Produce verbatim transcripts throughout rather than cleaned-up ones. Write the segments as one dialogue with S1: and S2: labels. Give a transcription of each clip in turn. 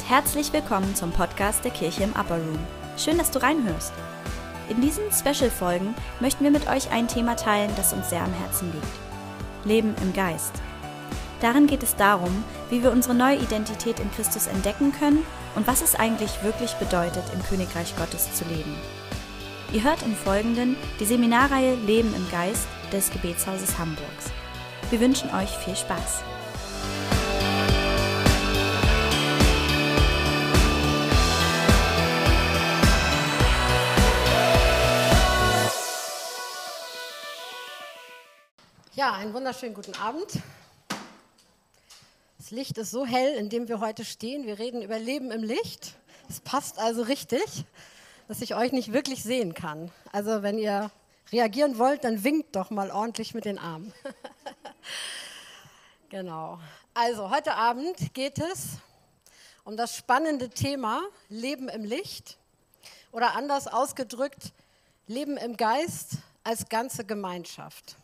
S1: und herzlich willkommen zum Podcast der Kirche im Upper Room. Schön, dass du reinhörst. In diesen Special-Folgen möchten wir mit euch ein Thema teilen, das uns sehr am Herzen liegt. Leben im Geist. Darin geht es darum, wie wir unsere neue Identität in Christus entdecken können und was es eigentlich wirklich bedeutet, im Königreich Gottes zu leben. Ihr hört im Folgenden die Seminarreihe Leben im Geist des Gebetshauses Hamburgs. Wir wünschen euch viel Spaß.
S2: Ja, einen wunderschönen guten Abend. Das Licht ist so hell, in dem wir heute stehen. Wir reden über Leben im Licht. Es passt also richtig, dass ich euch nicht wirklich sehen kann. Also wenn ihr reagieren wollt, dann winkt doch mal ordentlich mit den Armen. Genau. Also heute Abend geht es um das spannende Thema Leben im Licht oder anders ausgedrückt Leben im Geist als ganze Gemeinschaft.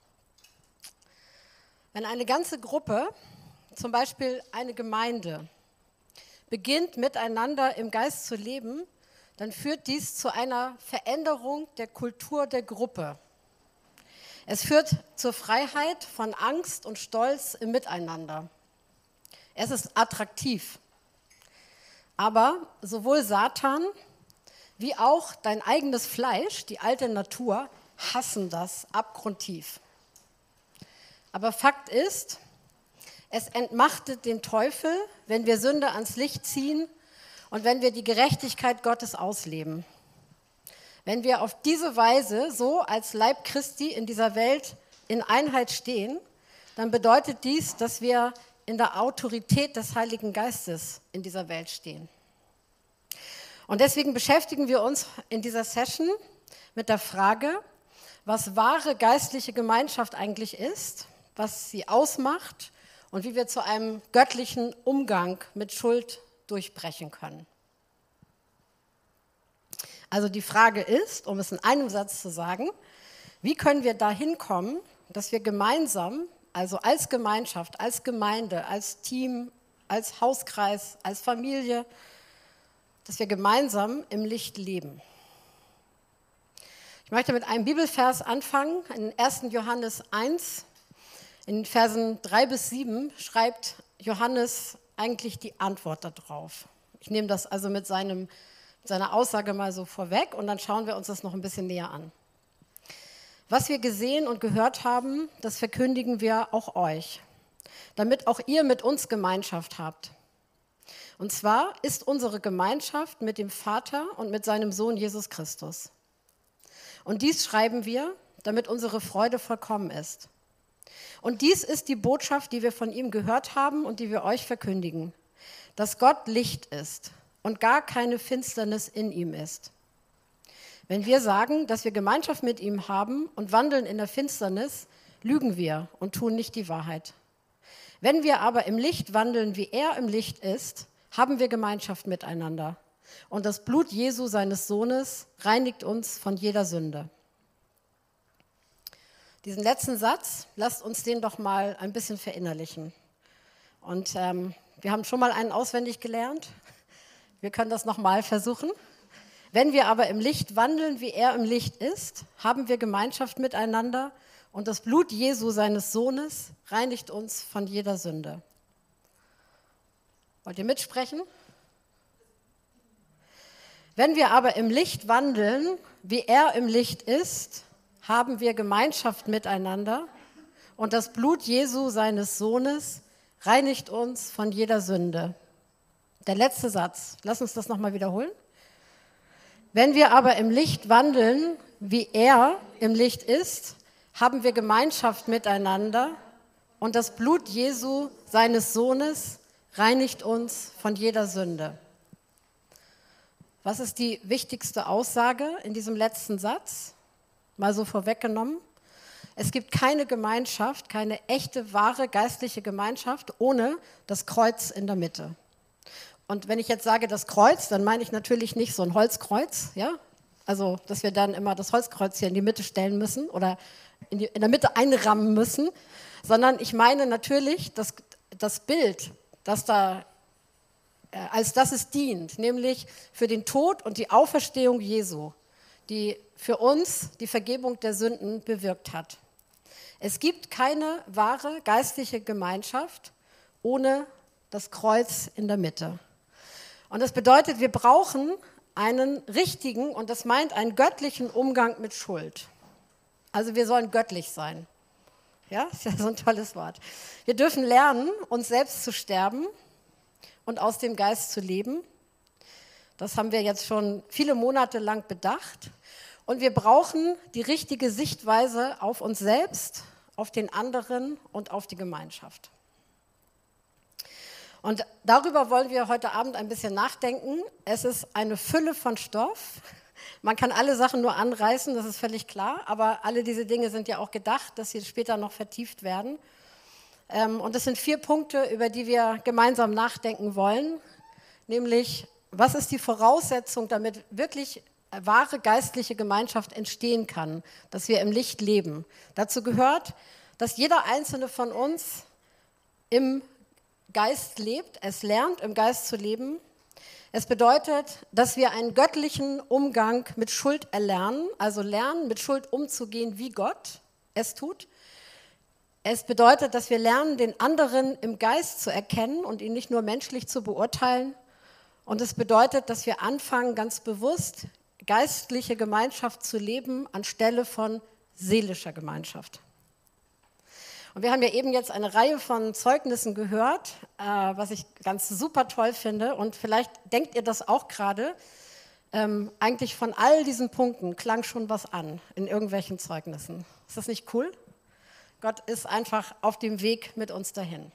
S2: Wenn eine ganze Gruppe, zum Beispiel eine Gemeinde, beginnt miteinander im Geist zu leben, dann führt dies zu einer Veränderung der Kultur der Gruppe. Es führt zur Freiheit von Angst und Stolz im Miteinander. Es ist attraktiv. Aber sowohl Satan wie auch dein eigenes Fleisch, die alte Natur, hassen das abgrundtief. Aber Fakt ist, es entmachtet den Teufel, wenn wir Sünde ans Licht ziehen und wenn wir die Gerechtigkeit Gottes ausleben. Wenn wir auf diese Weise so als Leib Christi in dieser Welt in Einheit stehen, dann bedeutet dies, dass wir in der Autorität des Heiligen Geistes in dieser Welt stehen. Und deswegen beschäftigen wir uns in dieser Session mit der Frage, was wahre geistliche Gemeinschaft eigentlich ist, was sie ausmacht und wie wir zu einem göttlichen Umgang mit Schuld durchbrechen können. Also die Frage ist, um es in einem Satz zu sagen, wie können wir dahin kommen, dass wir gemeinsam, also als Gemeinschaft, als Gemeinde, als Team, als Hauskreis, als Familie, dass wir gemeinsam im Licht leben. Ich möchte mit einem Bibelvers anfangen, in ersten Johannes eins. In Versen drei bis sieben schreibt Johannes eigentlich die Antwort darauf. Ich nehme das also mit, seinem, mit seiner Aussage mal so vorweg und dann schauen wir uns das noch ein bisschen näher an. Was wir gesehen und gehört haben, das verkündigen wir auch euch, damit auch ihr mit uns Gemeinschaft habt. Und zwar ist unsere Gemeinschaft mit dem Vater und mit seinem Sohn Jesus Christus. Und dies schreiben wir, damit unsere Freude vollkommen ist. Und dies ist die Botschaft, die wir von ihm gehört haben und die wir euch verkündigen, dass Gott Licht ist und gar keine Finsternis in ihm ist. Wenn wir sagen, dass wir Gemeinschaft mit ihm haben und wandeln in der Finsternis, lügen wir und tun nicht die Wahrheit. Wenn wir aber im Licht wandeln, wie er im Licht ist, haben wir Gemeinschaft miteinander. Und das Blut Jesu, seines Sohnes, reinigt uns von jeder Sünde. Diesen letzten Satz, lasst uns den doch mal ein bisschen verinnerlichen. Und ähm, wir haben schon mal einen auswendig gelernt. Wir können das nochmal versuchen. Wenn wir aber im Licht wandeln, wie er im Licht ist, haben wir Gemeinschaft miteinander und das Blut Jesu, seines Sohnes, reinigt uns von jeder Sünde. Wollt ihr mitsprechen? Wenn wir aber im Licht wandeln, wie er im Licht ist, haben wir Gemeinschaft miteinander und das Blut Jesu, seines Sohnes, reinigt uns von jeder Sünde. Der letzte Satz, lass uns das nochmal wiederholen. Wenn wir aber im Licht wandeln, wie er im Licht ist, haben wir Gemeinschaft miteinander und das Blut Jesu, seines Sohnes, reinigt uns von jeder Sünde. Was ist die wichtigste Aussage in diesem letzten Satz? Mal so vorweggenommen. Es gibt keine Gemeinschaft, keine echte, wahre geistliche Gemeinschaft ohne das Kreuz in der Mitte. Und wenn ich jetzt sage das Kreuz, dann meine ich natürlich nicht so ein Holzkreuz, ja? Also, dass wir dann immer das Holzkreuz hier in die Mitte stellen müssen oder in, die, in der Mitte einrammen müssen, sondern ich meine natürlich das, das Bild, das da äh, als dass es dient, nämlich für den Tod und die Auferstehung Jesu, die für uns die Vergebung der Sünden bewirkt hat. Es gibt keine wahre geistliche Gemeinschaft ohne das Kreuz in der Mitte. Und das bedeutet, wir brauchen einen richtigen, und das meint einen göttlichen Umgang mit Schuld. Also wir sollen göttlich sein. Ja, ist ja so ein tolles Wort. Wir dürfen lernen, uns selbst zu sterben und aus dem Geist zu leben. Das haben wir jetzt schon viele Monate lang bedacht. Und wir brauchen die richtige Sichtweise auf uns selbst, auf den anderen und auf die Gemeinschaft. Und darüber wollen wir heute Abend ein bisschen nachdenken. Es ist eine Fülle von Stoff. Man kann alle Sachen nur anreißen, das ist völlig klar, aber alle diese Dinge sind ja auch gedacht, dass sie später noch vertieft werden. Und es sind vier Punkte, über die wir gemeinsam nachdenken wollen, nämlich, was ist die Voraussetzung, damit wirklich wahre geistliche Gemeinschaft entstehen kann, dass wir im Licht leben. Dazu gehört, dass jeder Einzelne von uns im Geist lebt, es lernt, im Geist zu leben. Es bedeutet, dass wir einen göttlichen Umgang mit Schuld erlernen, also lernen, mit Schuld umzugehen, wie Gott es tut. Es bedeutet, dass wir lernen, den anderen im Geist zu erkennen und ihn nicht nur menschlich zu beurteilen. Und es bedeutet, dass wir anfangen, ganz bewusst geistliche Gemeinschaft zu leben anstelle von seelischer Gemeinschaft. Und wir haben ja eben jetzt eine Reihe von Zeugnissen gehört, äh, was ich ganz super toll finde. Und vielleicht denkt ihr das auch gerade. Ähm, eigentlich von all diesen Punkten klang schon was an in irgendwelchen Zeugnissen. Ist das nicht cool? Gott ist einfach auf dem Weg mit uns dahin.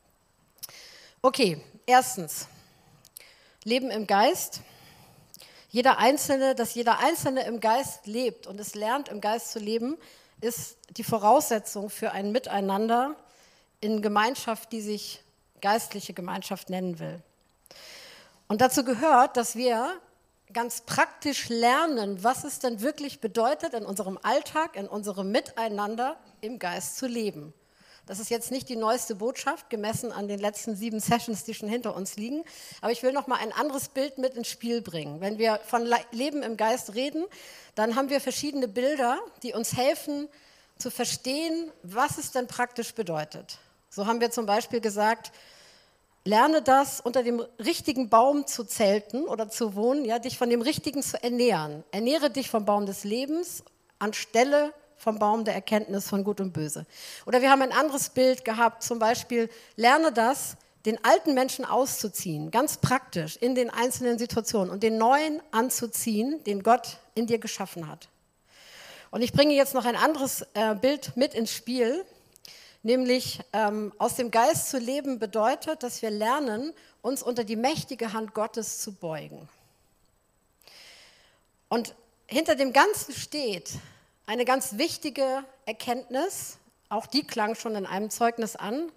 S2: Okay, erstens, Leben im Geist. Jeder Einzelne, dass jeder Einzelne im Geist lebt und es lernt, im Geist zu leben, ist die Voraussetzung für ein Miteinander in Gemeinschaft, die sich geistliche Gemeinschaft nennen will. Und dazu gehört, dass wir ganz praktisch lernen, was es denn wirklich bedeutet, in unserem Alltag, in unserem Miteinander im Geist zu leben. Das ist jetzt nicht die neueste Botschaft, gemessen an den letzten sieben Sessions, die schon hinter uns liegen. Aber ich will noch mal ein anderes Bild mit ins Spiel bringen. Wenn wir von Leben im Geist reden, dann haben wir verschiedene Bilder, die uns helfen zu verstehen, was es denn praktisch bedeutet. So haben wir zum Beispiel gesagt, lerne das, unter dem richtigen Baum zu zelten oder zu wohnen, ja, dich von dem Richtigen zu ernähren. Ernähre dich vom Baum des Lebens anstelle vom Baum der Erkenntnis von Gut und Böse. Oder wir haben ein anderes Bild gehabt, zum Beispiel, lerne das, den alten Menschen auszuziehen, ganz praktisch in den einzelnen Situationen und den neuen anzuziehen, den Gott in dir geschaffen hat. Und ich bringe jetzt noch ein anderes äh, Bild mit ins Spiel, nämlich ähm, aus dem Geist zu leben bedeutet, dass wir lernen, uns unter die mächtige Hand Gottes zu beugen. Und hinter dem Ganzen steht eine ganz wichtige Erkenntnis, auch die klang schon in einem Zeugnis an.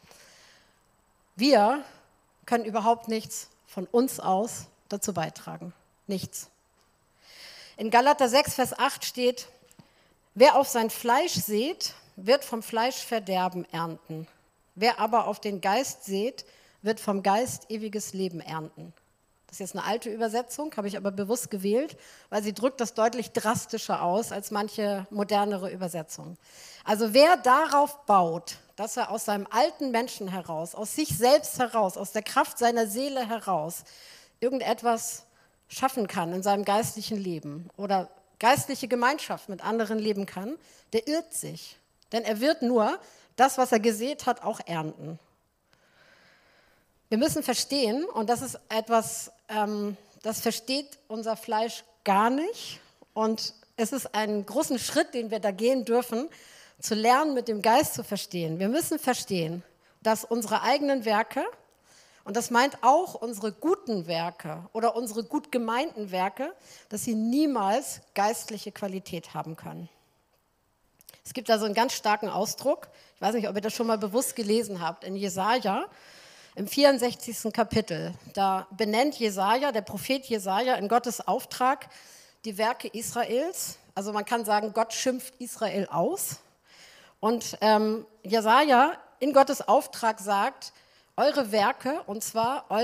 S2: Wir können überhaupt nichts von uns aus dazu beitragen. Nichts. In Galater sechs, Vers acht steht, wer auf sein Fleisch sät, wird vom Fleisch Verderben ernten. Wer aber auf den Geist sät, wird vom Geist ewiges Leben ernten. Das ist jetzt eine alte Übersetzung, habe ich aber bewusst gewählt, weil sie drückt das deutlich drastischer aus als manche modernere Übersetzungen. Also wer darauf baut, dass er aus seinem alten Menschen heraus, aus sich selbst heraus, aus der Kraft seiner Seele heraus irgendetwas schaffen kann in seinem geistlichen Leben oder geistliche Gemeinschaft mit anderen leben kann, der irrt sich. Denn er wird nur das, was er gesät hat, auch ernten. Wir müssen verstehen, und das ist etwas, ähm, das versteht unser Fleisch gar nicht. Und es ist ein großen Schritt, den wir da gehen dürfen, zu lernen, mit dem Geist zu verstehen. Wir müssen verstehen, dass unsere eigenen Werke, und das meint auch unsere guten Werke oder unsere gut gemeinten Werke, dass sie niemals geistliche Qualität haben können. Es gibt da so einen ganz starken Ausdruck, ich weiß nicht, ob ihr das schon mal bewusst gelesen habt, in Jesaja, im vierundsechzigsten Kapitel, da benennt Jesaja, der Prophet Jesaja, in Gottes Auftrag die Werke Israels. Also man kann sagen, Gott schimpft Israel aus. Und ähm, Jesaja in Gottes Auftrag sagt, eure Werke, und zwar eure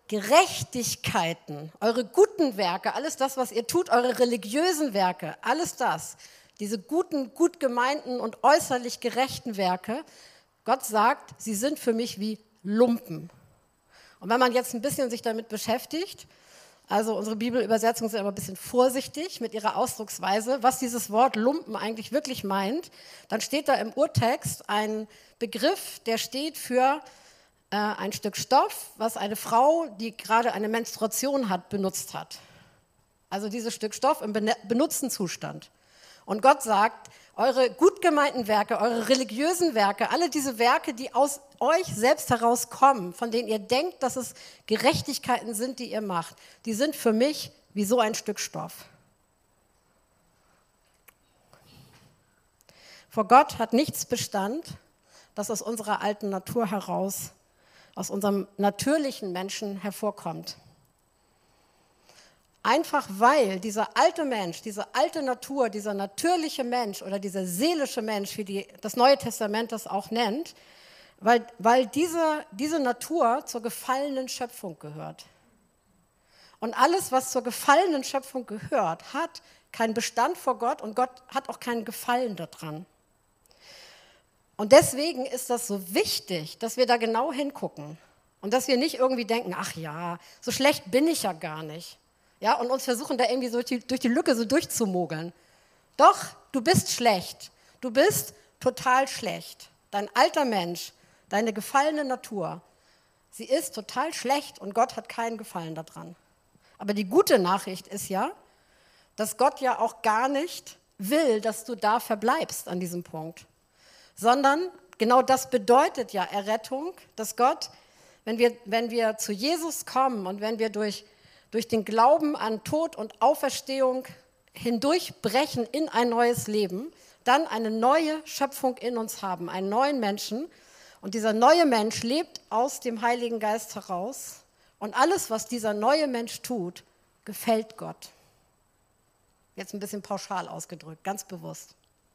S2: Gerechtigkeiten, eure guten Werke, alles das, was ihr tut, eure religiösen Werke, alles das, diese guten, gut gemeinten und äußerlich gerechten Werke, Gott sagt, sie sind für mich wie Lumpen. Und wenn man jetzt ein bisschen sich damit beschäftigt, also unsere Bibelübersetzungen sind aber ein bisschen vorsichtig mit ihrer Ausdrucksweise, was dieses Wort Lumpen eigentlich wirklich meint, dann steht da im Urtext ein Begriff, der steht für äh, ein Stück Stoff, was eine Frau, die gerade eine Menstruation hat, benutzt hat. Also dieses Stück Stoff im benutzten Zustand. Und Gott sagt, eure gut gemeinten Werke, eure religiösen Werke, alle diese Werke, die aus euch selbst herauskommen, von denen ihr denkt, dass es Gerechtigkeiten sind, die ihr macht, die sind für mich wie so ein Stück Stoff. Vor Gott hat nichts Bestand, das aus unserer alten Natur heraus, aus unserem natürlichen Menschen hervorkommt. Einfach weil dieser alte Mensch, diese alte Natur, dieser natürliche Mensch oder dieser seelische Mensch, wie die, das Neue Testament das auch nennt, weil, weil diese, diese Natur zur gefallenen Schöpfung gehört. Und alles, was zur gefallenen Schöpfung gehört, hat keinen Bestand vor Gott und Gott hat auch keinen Gefallen daran. Und deswegen ist das so wichtig, dass wir da genau hingucken und dass wir nicht irgendwie denken, ach ja, so schlecht bin ich ja gar nicht. Ja, und uns versuchen da irgendwie so durch die, durch die Lücke so durchzumogeln. Doch, du bist schlecht. Du bist total schlecht. Dein alter Mensch, deine gefallene Natur, sie ist total schlecht und Gott hat keinen Gefallen daran. Aber die gute Nachricht ist ja, dass Gott ja auch gar nicht will, dass du da verbleibst an diesem Punkt. Sondern genau das bedeutet ja Errettung, dass Gott, wenn wir, wenn wir zu Jesus kommen und wenn wir durch durch den Glauben an Tod und Auferstehung hindurchbrechen in ein neues Leben, dann eine neue Schöpfung in uns haben, einen neuen Menschen. Und dieser neue Mensch lebt aus dem Heiligen Geist heraus. Und alles, was dieser neue Mensch tut, gefällt Gott. Jetzt ein bisschen pauschal ausgedrückt, ganz bewusst.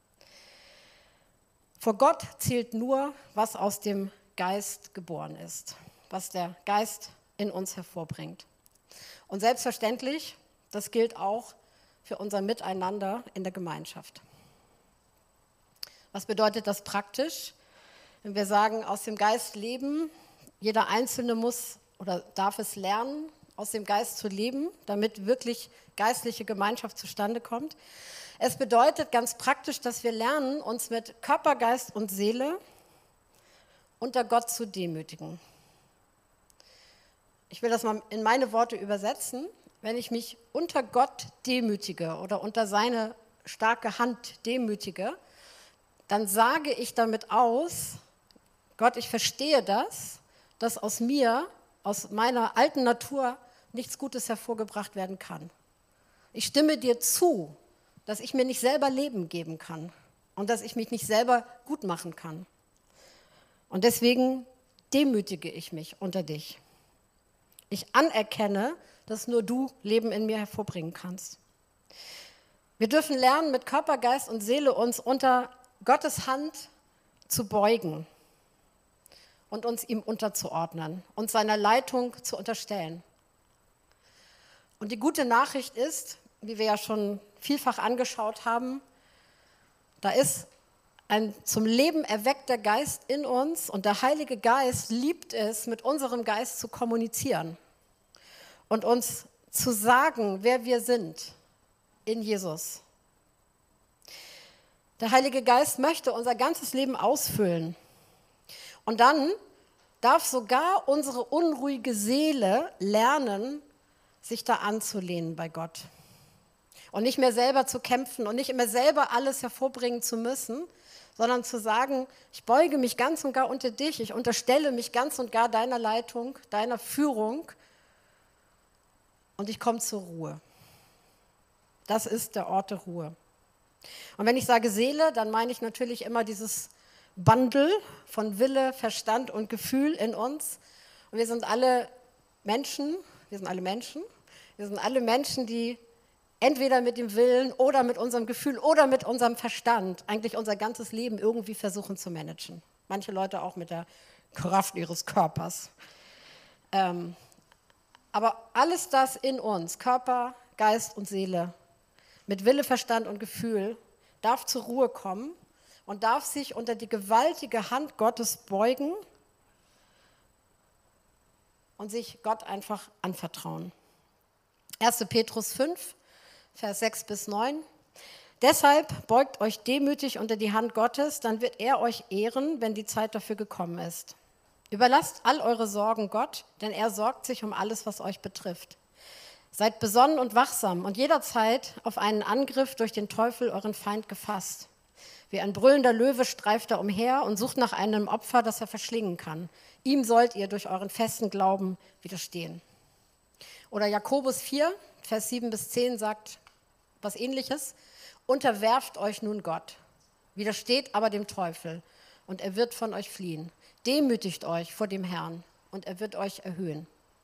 S2: Vor Gott zählt nur, was aus dem Geist geboren ist, was der Geist in uns hervorbringt. Und selbstverständlich, das gilt auch für unser Miteinander in der Gemeinschaft. Was bedeutet das praktisch? Wenn wir sagen, aus dem Geist leben, jeder Einzelne muss oder darf es lernen, aus dem Geist zu leben, damit wirklich geistliche Gemeinschaft zustande kommt. Es bedeutet ganz praktisch, dass wir lernen, uns mit Körper, Geist und Seele unter Gott zu demütigen. Ich will das mal in meine Worte übersetzen. Wenn ich mich unter Gott demütige oder unter seine starke Hand demütige, dann sage ich damit aus, Gott, ich verstehe das, dass aus mir, aus meiner alten Natur nichts Gutes hervorgebracht werden kann. Ich stimme dir zu, dass ich mir nicht selber Leben geben kann und dass ich mich nicht selber gut machen kann. Und deswegen demütige ich mich unter dich. Ich anerkenne, dass nur du Leben in mir hervorbringen kannst. Wir dürfen lernen, mit Körper, Geist und Seele uns unter Gottes Hand zu beugen und uns ihm unterzuordnen und seiner Leitung zu unterstellen. Und die gute Nachricht ist, wie wir ja schon vielfach angeschaut haben, da ist ein zum Leben erweckter Geist in uns und der Heilige Geist liebt es, mit unserem Geist zu kommunizieren und uns zu sagen, wer wir sind in Jesus. Der Heilige Geist möchte unser ganzes Leben ausfüllen. Und dann darf sogar unsere unruhige Seele lernen, sich da anzulehnen bei Gott. Und nicht mehr selber zu kämpfen und nicht immer selber alles hervorbringen zu müssen, sondern zu sagen, ich beuge mich ganz und gar unter dich, ich unterstelle mich ganz und gar deiner Leitung, deiner Führung und ich komme zur Ruhe. Das ist der Ort der Ruhe. Und wenn ich sage Seele, dann meine ich natürlich immer dieses Bundle von Wille, Verstand und Gefühl in uns. Und wir sind alle Menschen, wir sind alle Menschen, wir sind alle Menschen, die entweder mit dem Willen oder mit unserem Gefühl oder mit unserem Verstand eigentlich unser ganzes Leben irgendwie versuchen zu managen. Manche Leute auch mit der Kraft ihres Körpers. Ähm, Aber alles das in uns, Körper, Geist und Seele, mit Wille, Verstand und Gefühl, darf zur Ruhe kommen und darf sich unter die gewaltige Hand Gottes beugen und sich Gott einfach anvertrauen. erster Petrus fünf, Vers sechs bis neun. Deshalb beugt euch demütig unter die Hand Gottes, dann wird er euch ehren, wenn die Zeit dafür gekommen ist. Überlasst all eure Sorgen Gott, denn er sorgt sich um alles, was euch betrifft. Seid besonnen und wachsam und jederzeit auf einen Angriff durch den Teufel, euren Feind, gefasst. Wie ein brüllender Löwe streift er umher und sucht nach einem Opfer, das er verschlingen kann. Ihm sollt ihr durch euren festen Glauben widerstehen. Oder Jakobus vier, Vers sieben bis zehn sagt was Ähnliches. Unterwerft euch nun Gott, widersteht aber dem Teufel und er wird von euch fliehen. Demütigt euch vor dem Herrn und er wird euch erhöhen.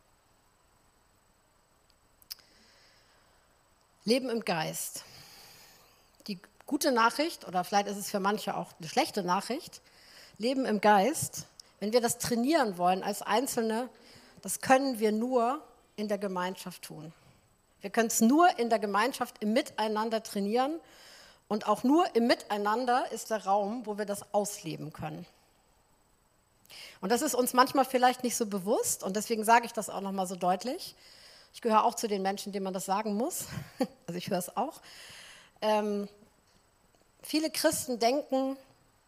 S2: Leben im Geist. Die gute Nachricht, oder vielleicht ist es für manche auch eine schlechte Nachricht, Leben im Geist, wenn wir das trainieren wollen als Einzelne, das können wir nur in der Gemeinschaft tun. Wir können es nur in der Gemeinschaft im Miteinander trainieren und auch nur im Miteinander ist der Raum, wo wir das ausleben können. Und das ist uns manchmal vielleicht nicht so bewusst und deswegen sage ich das auch nochmal so deutlich. Ich gehöre auch zu den Menschen, denen man das sagen muss. Also ich höre es auch. Ähm, viele Christen denken,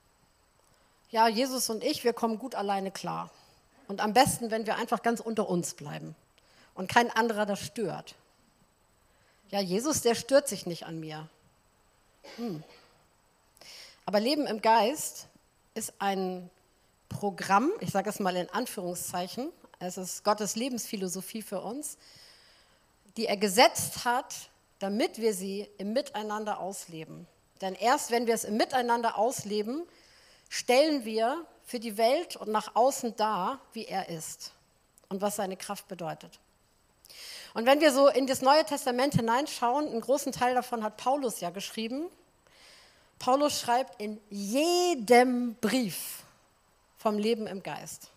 S2: ja, Jesus und ich, wir kommen gut alleine klar. Und am besten, wenn wir einfach ganz unter uns bleiben und kein anderer das stört. Ja, Jesus, der stört sich nicht an mir. Hm. Aber Leben im Geist ist ein Programm, ich sage es mal in Anführungszeichen, es ist Gottes Lebensphilosophie für uns, die er gesetzt hat, damit wir sie im Miteinander ausleben. Denn erst wenn wir es im Miteinander ausleben, stellen wir für die Welt und nach außen dar, wie er ist und was seine Kraft bedeutet. Und wenn wir so in das Neue Testament hineinschauen, einen großen Teil davon hat Paulus ja geschrieben. Paulus schreibt in jedem Brief vom Leben im Geist.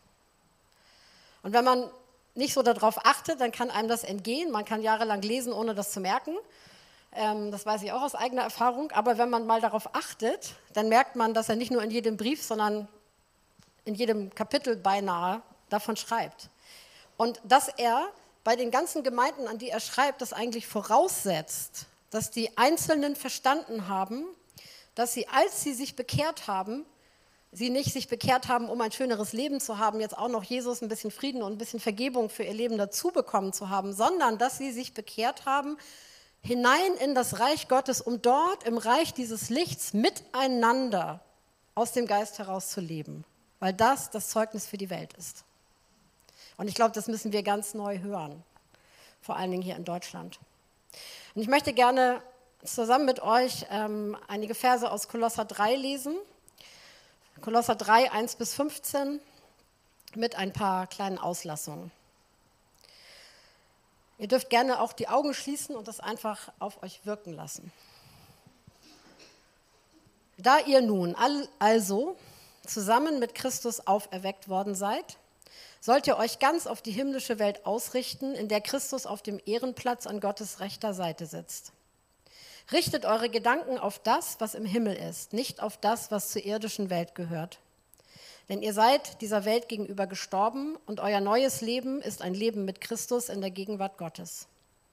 S2: Und wenn man nicht so darauf achtet, dann kann einem das entgehen. Man kann jahrelang lesen, ohne das zu merken. Ähm, das weiß ich auch aus eigener Erfahrung. Aber wenn man mal darauf achtet, dann merkt man, dass er nicht nur in jedem Brief, sondern in jedem Kapitel beinahe davon schreibt. Und dass er bei den ganzen Gemeinden, an die er schreibt, das eigentlich voraussetzt, dass die Einzelnen verstanden haben, dass sie, als sie sich bekehrt haben, sie nicht sich bekehrt haben, um ein schöneres Leben zu haben, jetzt auch noch Jesus ein bisschen Frieden und ein bisschen Vergebung für ihr Leben dazu bekommen zu haben, sondern dass sie sich bekehrt haben, hinein in das Reich Gottes, um dort im Reich dieses Lichts miteinander aus dem Geist heraus zu leben, weil das das Zeugnis für die Welt ist. Und ich glaube, das müssen wir ganz neu hören, vor allen Dingen hier in Deutschland. Und ich möchte gerne zusammen mit euch ähm, einige Verse aus Kolosser drei lesen. Kolosser drei, eins bis fünfzehn, mit ein paar kleinen Auslassungen. Ihr dürft gerne auch die Augen schließen und das einfach auf euch wirken lassen. Da ihr nun also zusammen mit Christus auferweckt worden seid, sollt ihr euch ganz auf die himmlische Welt ausrichten, in der Christus auf dem Ehrenplatz an Gottes rechter Seite sitzt. Richtet eure Gedanken auf das, was im Himmel ist, nicht auf das, was zur irdischen Welt gehört. Denn ihr seid dieser Welt gegenüber gestorben und euer neues Leben ist ein Leben mit Christus in der Gegenwart Gottes.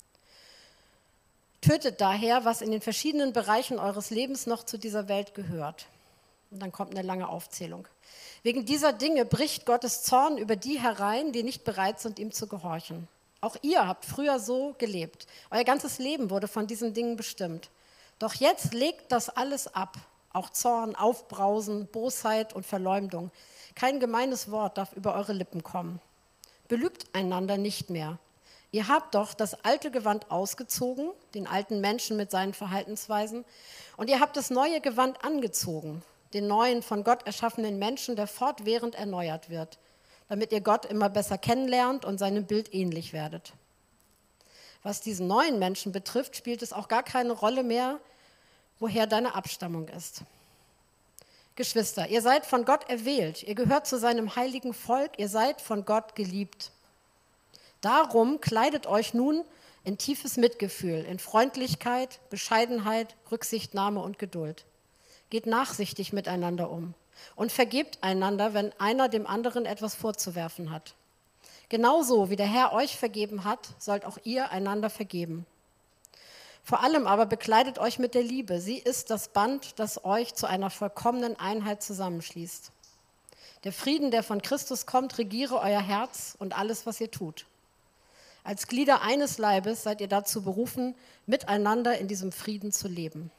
S2: Tötet daher, was in den verschiedenen Bereichen eures Lebens noch zu dieser Welt gehört. Und dann kommt eine lange Aufzählung. Wegen dieser Dinge bricht Gottes Zorn über die herein, die nicht bereit sind, ihm zu gehorchen. Auch ihr habt früher so gelebt. Euer ganzes Leben wurde von diesen Dingen bestimmt. Doch jetzt legt das alles ab. Auch Zorn, Aufbrausen, Bosheit und Verleumdung. Kein gemeines Wort darf über eure Lippen kommen. Belügt einander nicht mehr. Ihr habt doch das alte Gewand ausgezogen, den alten Menschen mit seinen Verhaltensweisen, und ihr habt das neue Gewand angezogen, den neuen, von Gott erschaffenen Menschen, der fortwährend erneuert wird, damit ihr Gott immer besser kennenlernt und seinem Bild ähnlich werdet. Was diesen neuen Menschen betrifft, spielt es auch gar keine Rolle mehr, woher deine Abstammung ist. Geschwister, ihr seid von Gott erwählt, ihr gehört zu seinem heiligen Volk, ihr seid von Gott geliebt. Darum kleidet euch nun in tiefes Mitgefühl, in Freundlichkeit, Bescheidenheit, Rücksichtnahme und Geduld. Geht nachsichtig miteinander um und vergebt einander, wenn einer dem anderen etwas vorzuwerfen hat. Genauso wie der Herr euch vergeben hat, sollt auch ihr einander vergeben. Vor allem aber bekleidet euch mit der Liebe. Sie ist das Band, das euch zu einer vollkommenen Einheit zusammenschließt. Der Frieden, der von Christus kommt, regiere euer Herz und alles, was ihr tut. Als Glieder eines Leibes seid ihr dazu berufen, miteinander in diesem Frieden zu leben.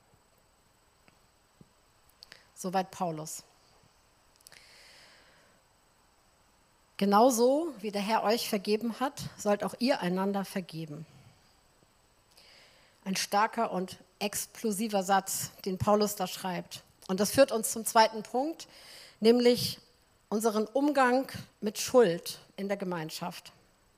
S2: Soweit Paulus. Genauso wie der Herr euch vergeben hat, sollt auch ihr einander vergeben. Ein starker und explosiver Satz, den Paulus da schreibt. Und das führt uns zum zweiten Punkt, nämlich unseren Umgang mit Schuld in der Gemeinschaft.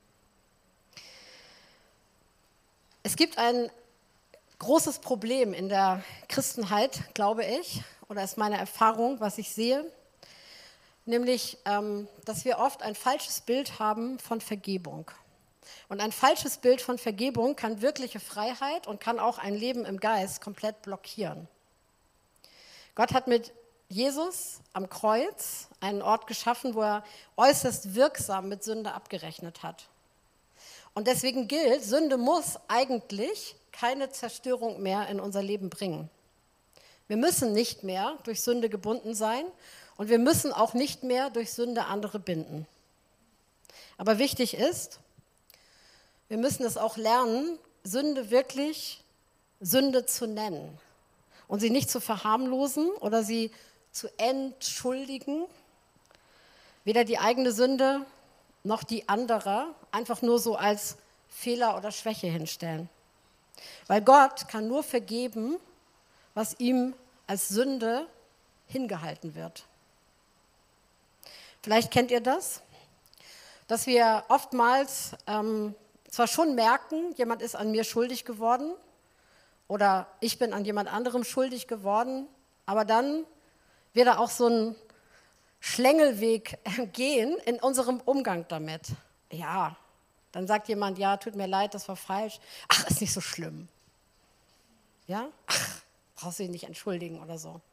S2: Es gibt ein großes Problem in der Christenheit, glaube ich, oder ist meine Erfahrung, was ich sehe, nämlich, ähm, dass wir oft ein falsches Bild haben von Vergebung. Und ein falsches Bild von Vergebung kann wirkliche Freiheit und kann auch ein Leben im Geist komplett blockieren. Gott hat mit Jesus am Kreuz einen Ort geschaffen, wo er äußerst wirksam mit Sünde abgerechnet hat. Und deswegen gilt, Sünde muss eigentlich keine Zerstörung mehr in unser Leben bringen. Wir müssen nicht mehr durch Sünde gebunden sein und wir müssen auch nicht mehr durch Sünde andere binden. Aber wichtig ist, wir müssen es auch lernen, Sünde wirklich Sünde zu nennen und sie nicht zu verharmlosen oder sie zu entschuldigen, weder die eigene Sünde noch die anderer einfach nur so als Fehler oder Schwäche hinstellen. Weil Gott kann nur vergeben, was ihm als Sünde hingehalten wird. Vielleicht kennt ihr das, dass wir oftmals ähm, zwar schon merken, jemand ist an mir schuldig geworden oder ich bin an jemand anderem schuldig geworden, aber dann wird da auch so ein Schlängelweg gehen in unserem Umgang damit. Ja, dann sagt jemand, ja, tut mir leid, das war falsch. Ach, ist nicht so schlimm. Ja, ach, brauchst du dich nicht entschuldigen oder so.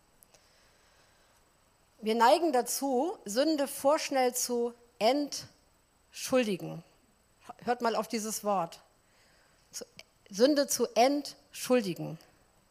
S2: Wir neigen dazu, Sünde vorschnell zu entschuldigen. Hört mal auf dieses Wort. Sünde zu entschuldigen.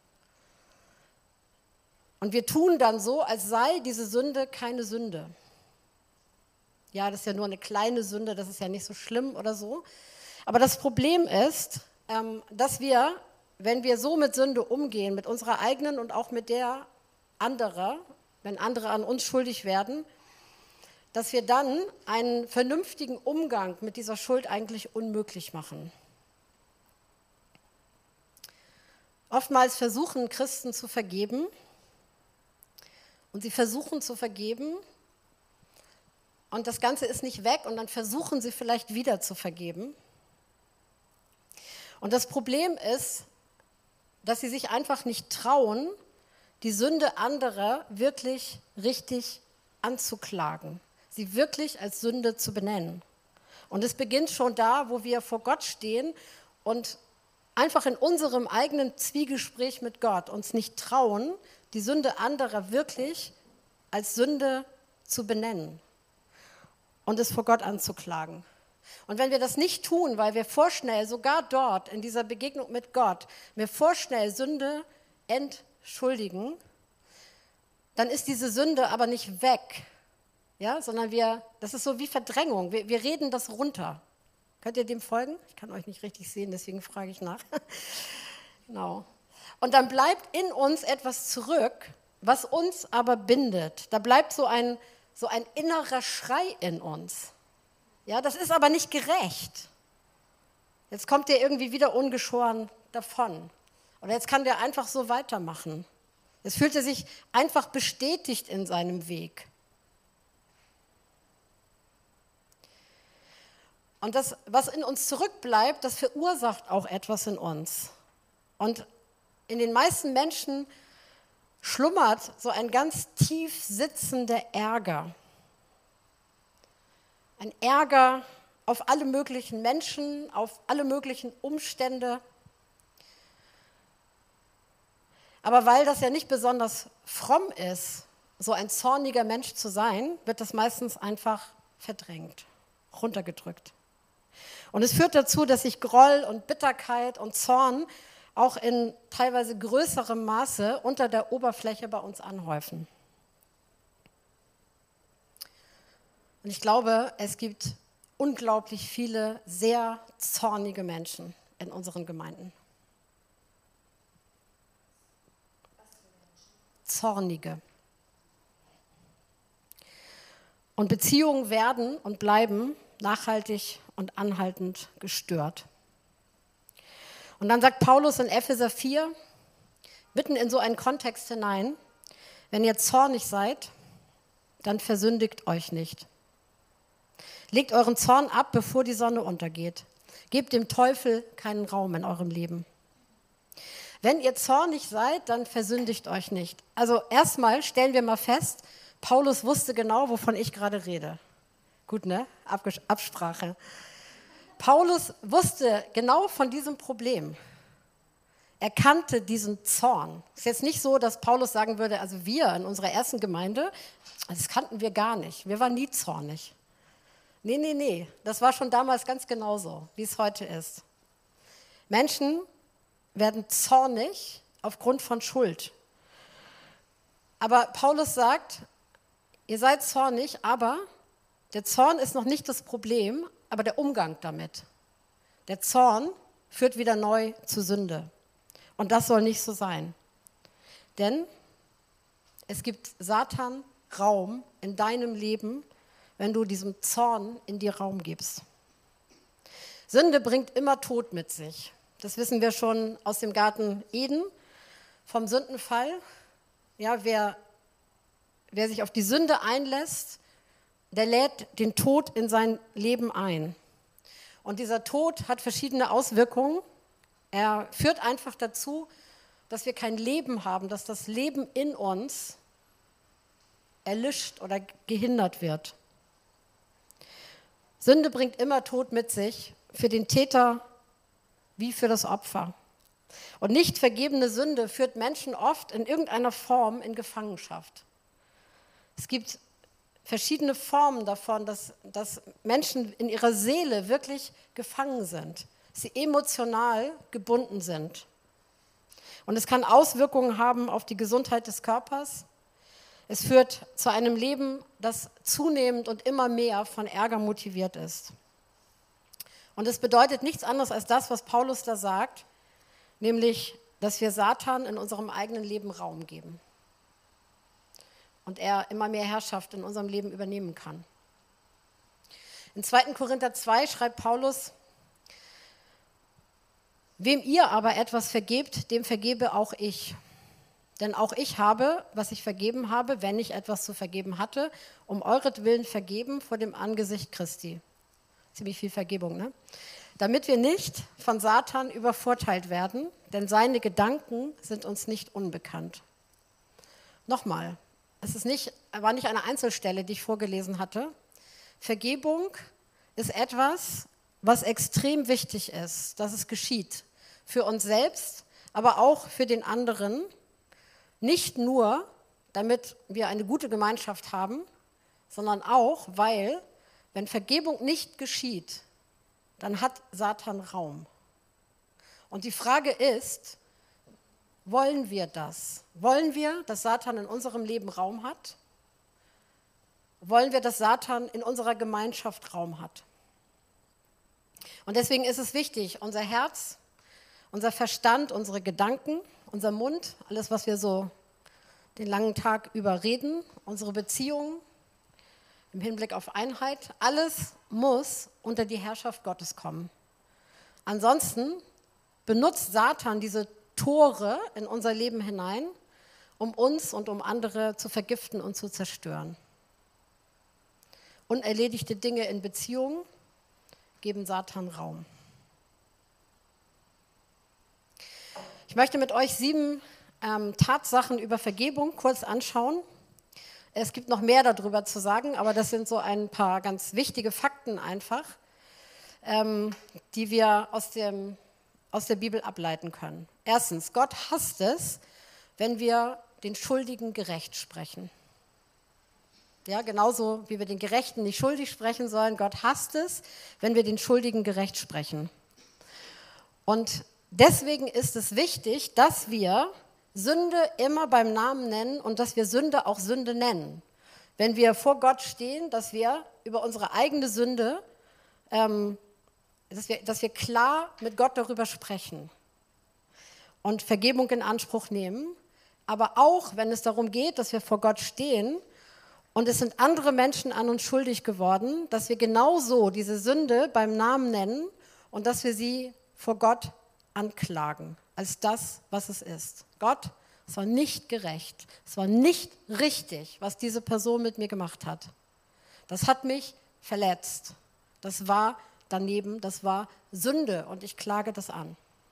S2: Und wir tun dann so, als sei diese Sünde keine Sünde. Ja, das ist ja nur eine kleine Sünde, das ist ja nicht so schlimm oder so. Aber das Problem ist, dass wir, wenn wir so mit Sünde umgehen, mit unserer eigenen und auch mit der anderer, wenn andere an uns schuldig werden, dass wir dann einen vernünftigen Umgang mit dieser Schuld eigentlich unmöglich machen. Oftmals versuchen Christen zu vergeben und sie versuchen zu vergeben und das Ganze ist nicht weg und dann versuchen sie vielleicht wieder zu vergeben. Und das Problem ist, dass sie sich einfach nicht trauen, die Sünde anderer wirklich richtig anzuklagen, sie wirklich als Sünde zu benennen. Und es beginnt schon da, wo wir vor Gott stehen und einfach in unserem eigenen Zwiegespräch mit Gott uns nicht trauen, die Sünde anderer wirklich als Sünde zu benennen und es vor Gott anzuklagen. Und wenn wir das nicht tun, weil wir vorschnell, sogar dort in dieser Begegnung mit Gott, wir vorschnell Sünde entschuldigen, dann ist diese Sünde aber nicht weg, ja, sondern wir, das ist so wie Verdrängung, wir, wir reden das runter. Könnt ihr dem folgen? Ich kann euch nicht richtig sehen, deswegen frage ich nach. Genau. Und dann bleibt in uns etwas zurück, was uns aber bindet. Da bleibt so ein, so ein innerer Schrei in uns. Ja, das ist aber nicht gerecht. Jetzt kommt der irgendwie wieder ungeschoren davon. Oder jetzt kann der einfach so weitermachen. Jetzt fühlt er sich einfach bestätigt in seinem Weg. Und das, was in uns zurückbleibt, das verursacht auch etwas in uns. Und in den meisten Menschen schlummert so ein ganz tief sitzender Ärger. Ein Ärger auf alle möglichen Menschen, auf alle möglichen Umstände. Aber weil das ja nicht besonders fromm ist, so ein zorniger Mensch zu sein, wird das meistens einfach verdrängt, runtergedrückt. Und es führt dazu, dass sich Groll und Bitterkeit und Zorn auch in teilweise größerem Maße unter der Oberfläche bei uns anhäufen. Und ich glaube, es gibt unglaublich viele sehr zornige Menschen in unseren Gemeinden. Zornige. Und Beziehungen werden und bleiben nachhaltig und anhaltend gestört. Und dann sagt Paulus in Epheser vier, mitten in so einen Kontext hinein, wenn ihr zornig seid, dann versündigt euch nicht. Legt euren Zorn ab, bevor die Sonne untergeht. Gebt dem Teufel keinen Raum in eurem Leben. Wenn ihr zornig seid, dann versündigt euch nicht. Also erstmal stellen wir mal fest, Paulus wusste genau, wovon ich gerade rede. Gut, ne? Abges- Absprache. Paulus wusste genau von diesem Problem. Er kannte diesen Zorn. Es ist jetzt nicht so, dass Paulus sagen würde, also wir in unserer ersten Gemeinde, das kannten wir gar nicht. Wir waren nie zornig. Nee, nee, nee. Das war schon damals ganz genauso, wie es heute ist. Menschen werden zornig aufgrund von Schuld. Aber Paulus sagt, ihr seid zornig, aber der Zorn ist noch nicht das Problem, aber der Umgang damit. Der Zorn führt wieder neu zu Sünde. Und das soll nicht so sein. Denn es gibt Satan Raum in deinem Leben, wenn du diesem Zorn in dir Raum gibst. Sünde bringt immer Tod mit sich. Das wissen wir schon aus dem Garten Eden, vom Sündenfall. Ja, wer, wer sich auf die Sünde einlässt, der lädt den Tod in sein Leben ein. Und dieser Tod hat verschiedene Auswirkungen. Er führt einfach dazu, dass wir kein Leben haben, dass das Leben in uns erlischt oder gehindert wird. Sünde bringt immer Tod mit sich, für den Täter wie für das Opfer. Und nicht vergebene Sünde führt Menschen oft in irgendeiner Form in Gefangenschaft. Es gibt verschiedene Formen davon, dass, dass Menschen in ihrer Seele wirklich gefangen sind, dass sie emotional gebunden sind. Und es kann Auswirkungen haben auf die Gesundheit des Körpers. Es führt zu einem Leben, das zunehmend und immer mehr von Ärger motiviert ist. Und es bedeutet nichts anderes als das, was Paulus da sagt, nämlich, dass wir Satan in unserem eigenen Leben Raum geben. Und er immer mehr Herrschaft in unserem Leben übernehmen kann. In zweiten Korinther zwei schreibt Paulus, wem ihr aber etwas vergebt, dem vergebe auch ich. Denn auch ich habe, was ich vergeben habe, wenn ich etwas zu vergeben hatte, um euretwillen vergeben vor dem Angesicht Christi. Ziemlich viel Vergebung, ne? Damit wir nicht von Satan übervorteilt werden, denn seine Gedanken sind uns nicht unbekannt. Nochmal, es ist nicht, war nicht eine Einzelstelle, die ich vorgelesen hatte. Vergebung ist etwas, was extrem wichtig ist, dass es geschieht. Für uns selbst, aber auch für den anderen. Nicht nur, damit wir eine gute Gemeinschaft haben, sondern auch, weil, wenn Vergebung nicht geschieht, dann hat Satan Raum. Und die Frage ist, wollen wir das? Wollen wir, dass Satan in unserem Leben Raum hat? Wollen wir, dass Satan in unserer Gemeinschaft Raum hat? Und deswegen ist es wichtig, unser Herz, unser Verstand, unsere Gedanken, unser Mund, alles, was wir so den langen Tag über reden, unsere Beziehungen im Hinblick auf Einheit, alles muss unter die Herrschaft Gottes kommen. Ansonsten benutzt Satan diese Tore in unser Leben hinein, um uns und um andere zu vergiften und zu zerstören. Unerledigte Dinge in Beziehungen geben Satan Raum. Ich möchte mit euch sieben ähm, Tatsachen über Vergebung kurz anschauen. Es gibt noch mehr darüber zu sagen, aber das sind so ein paar ganz wichtige Fakten einfach. ähm, die wir aus, dem, aus der Bibel ableiten können. Erstens, Gott hasst es, wenn wir den Schuldigen gerecht sprechen. Ja, genauso wie wir den Gerechten nicht schuldig sprechen sollen, Gott hasst es, wenn wir den Schuldigen gerecht sprechen. Und deswegen ist es wichtig, dass wir Sünde immer beim Namen nennen und dass wir Sünde auch Sünde nennen. Wenn wir vor Gott stehen, dass wir über unsere eigene Sünde, ähm, dass wir, dass wir klar mit Gott darüber sprechen und Vergebung in Anspruch nehmen. Aber auch, wenn es darum geht, dass wir vor Gott stehen und es sind andere Menschen an uns schuldig geworden, dass wir genauso diese Sünde beim Namen nennen und dass wir sie vor Gott anklagen, als das, was es ist. Gott, es war nicht gerecht, es war nicht richtig, was diese Person mit mir gemacht hat. Das hat mich verletzt. Das war daneben, das war Sünde und ich klage das an.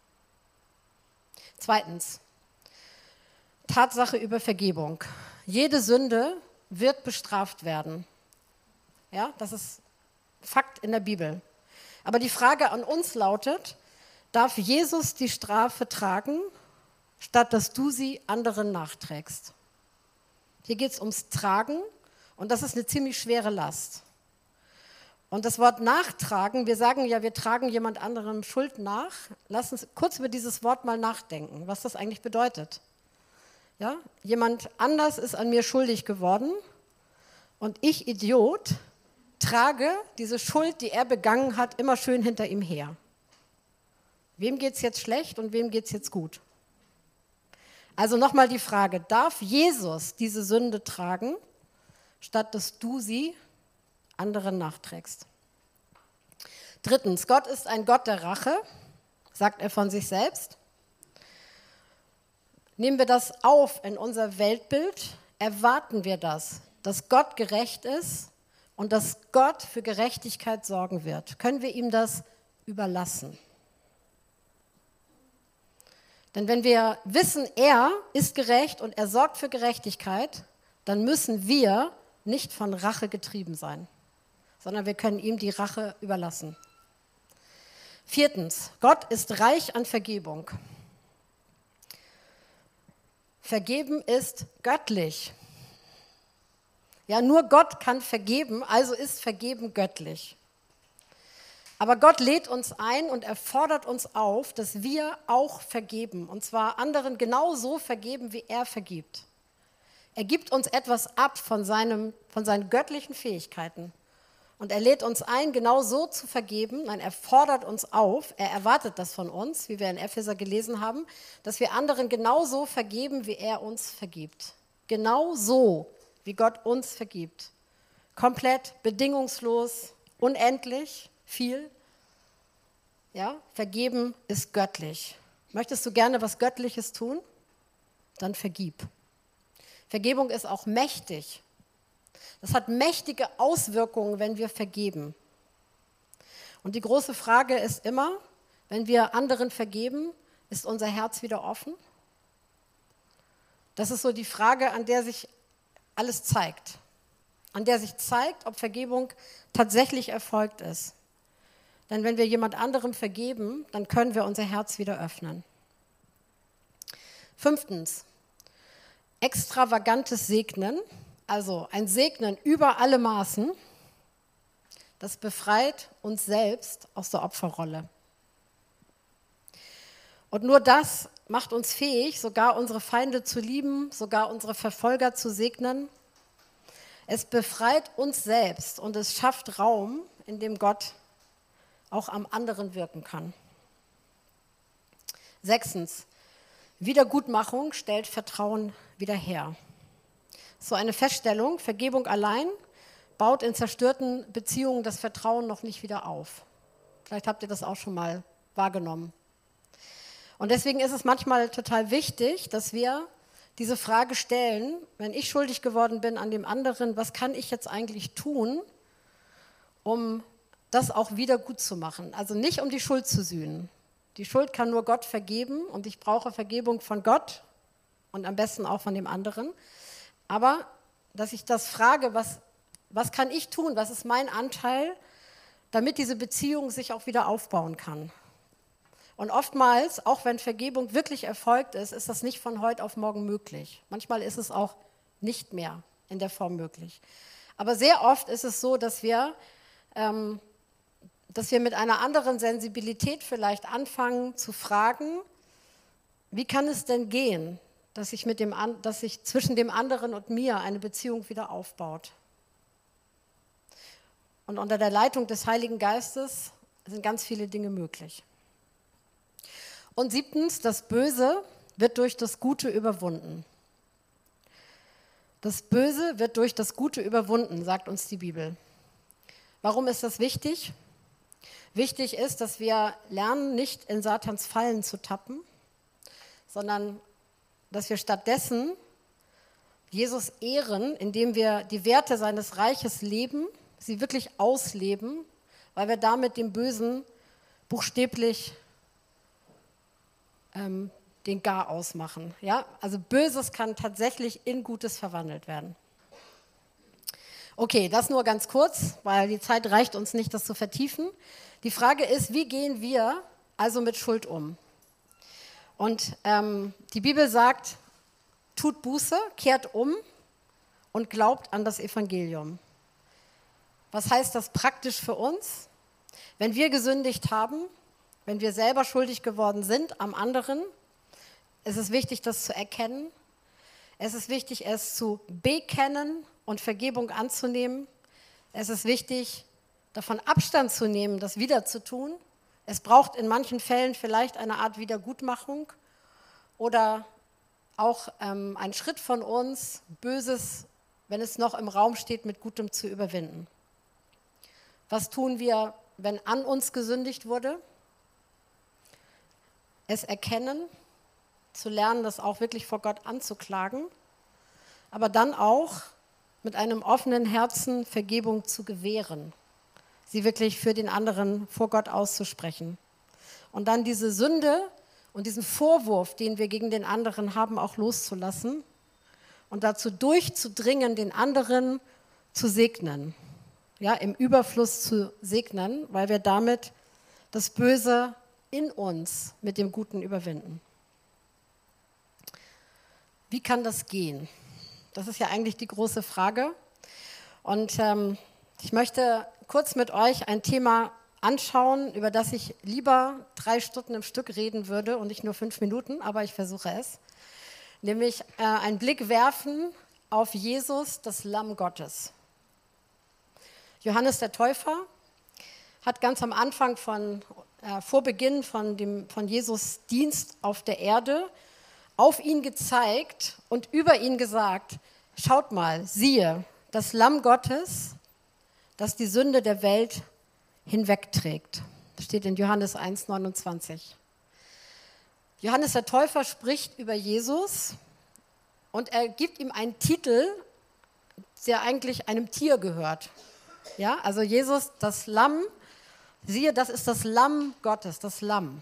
S2: Zweitens, Tatsache über Vergebung. Jede Sünde wird bestraft werden. Ja, das ist Fakt in der Bibel. Aber die Frage an uns lautet, darf Jesus die Strafe tragen, statt dass du sie anderen nachträgst? Hier geht es ums Tragen und das ist eine ziemlich schwere Last. Und das Wort nachtragen, wir sagen ja, wir tragen jemand anderem Schuld nach. Lass uns kurz über dieses Wort mal nachdenken, was das eigentlich bedeutet. Ja? Jemand anders ist an mir schuldig geworden und ich, Idiot, trage diese Schuld, die er begangen hat, immer schön hinter ihm her. Wem geht es jetzt schlecht und wem geht es jetzt gut? Also nochmal die Frage, darf Jesus diese Sünde tragen, statt dass du sie anderen nachträgst? Drittens, Gott ist ein Gott der Rache, sagt er von sich selbst. Nehmen wir das auf in unser Weltbild, erwarten wir das, dass Gott gerecht ist und dass Gott für Gerechtigkeit sorgen wird. Können wir ihm das überlassen? Denn wenn wir wissen, er ist gerecht und er sorgt für Gerechtigkeit, dann müssen wir nicht von Rache getrieben sein, sondern wir können ihm die Rache überlassen. Viertens, Gott ist reich an Vergebung. Vergeben ist göttlich. Ja, nur Gott kann vergeben, also ist Vergeben göttlich. Aber Gott lädt uns ein und er fordert uns auf, dass wir auch vergeben. Und zwar anderen genauso vergeben, wie er vergibt. Er gibt uns etwas ab von, seinem, von seinen göttlichen Fähigkeiten. Und er lädt uns ein, genau so zu vergeben. Nein, er fordert uns auf, er erwartet das von uns, wie wir in Epheser gelesen haben, dass wir anderen genauso vergeben, wie er uns vergibt. Genau so, wie Gott uns vergibt. Komplett, bedingungslos, unendlich, viel. Ja, vergeben ist göttlich. Möchtest du gerne was Göttliches tun? Dann vergib. Vergebung ist auch mächtig. Das hat mächtige Auswirkungen, wenn wir vergeben. Und die große Frage ist immer, wenn wir anderen vergeben, ist unser Herz wieder offen? Das ist so die Frage, an der sich alles zeigt. An der sich zeigt, ob Vergebung tatsächlich erfolgt ist. Denn wenn wir jemand anderem vergeben, dann können wir unser Herz wieder öffnen. Fünftens, extravagantes Segnen. Also ein Segnen über alle Maßen, das befreit uns selbst aus der Opferrolle. Und nur das macht uns fähig, sogar unsere Feinde zu lieben, sogar unsere Verfolger zu segnen. Es befreit uns selbst und es schafft Raum, in dem Gott auch am anderen wirken kann. Sechstens, Wiedergutmachung stellt Vertrauen wieder her. So eine Feststellung, Vergebung allein baut in zerstörten Beziehungen das Vertrauen noch nicht wieder auf. Vielleicht habt ihr das auch schon mal wahrgenommen. Und deswegen ist es manchmal total wichtig, dass wir diese Frage stellen, wenn ich schuldig geworden bin an dem anderen, was kann ich jetzt eigentlich tun, um das auch wieder gut zu machen? Also nicht um die Schuld zu sühnen. Die Schuld kann nur Gott vergeben und ich brauche Vergebung von Gott und am besten auch von dem anderen. Aber dass ich das frage, was, was kann ich tun, was ist mein Anteil, damit diese Beziehung sich auch wieder aufbauen kann. Und oftmals, auch wenn Vergebung wirklich erfolgt ist, ist das nicht von heute auf morgen möglich. Manchmal ist es auch nicht mehr in der Form möglich. Aber sehr oft ist es so, dass wir, ähm, dass wir mit einer anderen Sensibilität vielleicht anfangen zu fragen, wie kann es denn gehen, dass sich, mit dem, dass sich zwischen dem anderen und mir eine Beziehung wieder aufbaut. Und unter der Leitung des Heiligen Geistes sind ganz viele Dinge möglich. Und siebtens, das Böse wird durch das Gute überwunden. Das Böse wird durch das Gute überwunden, sagt uns die Bibel. Warum ist das wichtig? Wichtig ist, dass wir lernen, nicht in Satans Fallen zu tappen, sondern dass wir stattdessen Jesus ehren, indem wir die Werte seines Reiches leben, sie wirklich ausleben, weil wir damit dem Bösen buchstäblich ähm, den Garaus machen. Ja? Also Böses kann tatsächlich in Gutes verwandelt werden. Okay, das nur ganz kurz, weil die Zeit reicht uns nicht, das zu vertiefen. Die Frage ist, wie gehen wir also mit Schuld um? Und ähm, die Bibel sagt, tut Buße, kehrt um und glaubt an das Evangelium. Was heißt das praktisch für uns? Wenn wir gesündigt haben, wenn wir selber schuldig geworden sind am anderen, ist es wichtig, das zu erkennen. Es ist wichtig, es zu bekennen und Vergebung anzunehmen. Es ist wichtig, davon Abstand zu nehmen, das wieder zu tun. Es braucht in manchen Fällen vielleicht eine Art Wiedergutmachung oder auch ähm, ein Schritt von uns, Böses, wenn es noch im Raum steht, mit Gutem zu überwinden. Was tun wir, wenn an uns gesündigt wurde? Es erkennen, zu lernen, das auch wirklich vor Gott anzuklagen, aber dann auch mit einem offenen Herzen Vergebung zu gewähren, sie wirklich für den anderen vor Gott auszusprechen. Und dann diese Sünde und diesen Vorwurf, den wir gegen den anderen haben, auch loszulassen und dazu durchzudringen, den anderen zu segnen, ja, im Überfluss zu segnen, weil wir damit das Böse in uns mit dem Guten überwinden. Wie kann das gehen? Das ist ja eigentlich die große Frage. Und ähm, ich möchte kurz mit euch ein Thema anschauen, über das ich lieber drei Stunden im Stück reden würde und nicht nur fünf Minuten, aber ich versuche es. Nämlich äh, einen Blick werfen auf Jesus, das Lamm Gottes. Johannes der Täufer hat ganz am Anfang von, äh, vor Beginn von, dem, von Jesus Dienst auf der Erde auf ihn gezeigt und über ihn gesagt, schaut mal, siehe, das Lamm Gottes, das die Sünde der Welt hinwegträgt. Das steht in Johannes eins neunundzwanzig. Johannes der Täufer spricht über Jesus und er gibt ihm einen Titel, der eigentlich einem Tier gehört. Ja, also Jesus, das Lamm, siehe, das ist das Lamm Gottes, das Lamm.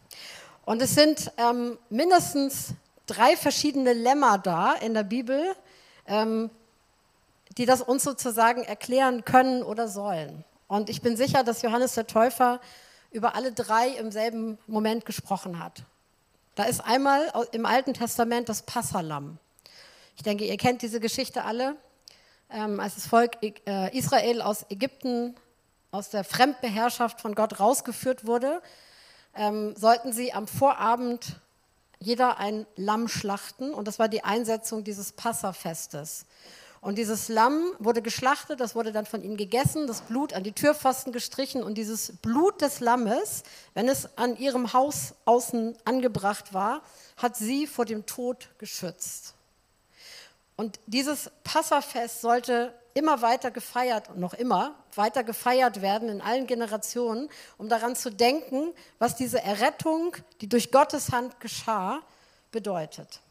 S2: Und es sind ähm, mindestens drei verschiedene Lämmer da in der Bibel, ähm, die das uns sozusagen erklären können oder sollen. Und ich bin sicher, dass Johannes der Täufer über alle drei im selben Moment gesprochen hat. Da ist einmal im Alten Testament das Passalamm. Ich denke, ihr kennt diese Geschichte alle. Ähm, als das Volk äh, Israel aus Ägypten, aus der Fremdbeherrschaft von Gott rausgeführt wurde, ähm, sollten sie am Vorabend jeder ein Lamm schlachten. Und das war die Einsetzung dieses Passafestes. Und dieses Lamm wurde geschlachtet, das wurde dann von ihnen gegessen, das Blut an die Türpfosten gestrichen und dieses Blut des Lammes, wenn es an ihrem Haus außen angebracht war, hat sie vor dem Tod geschützt. Und dieses Passafest sollte immer weiter gefeiert und noch immer weiter gefeiert werden in allen Generationen, um daran zu denken, was diese Errettung, die durch Gottes Hand geschah, bedeutet.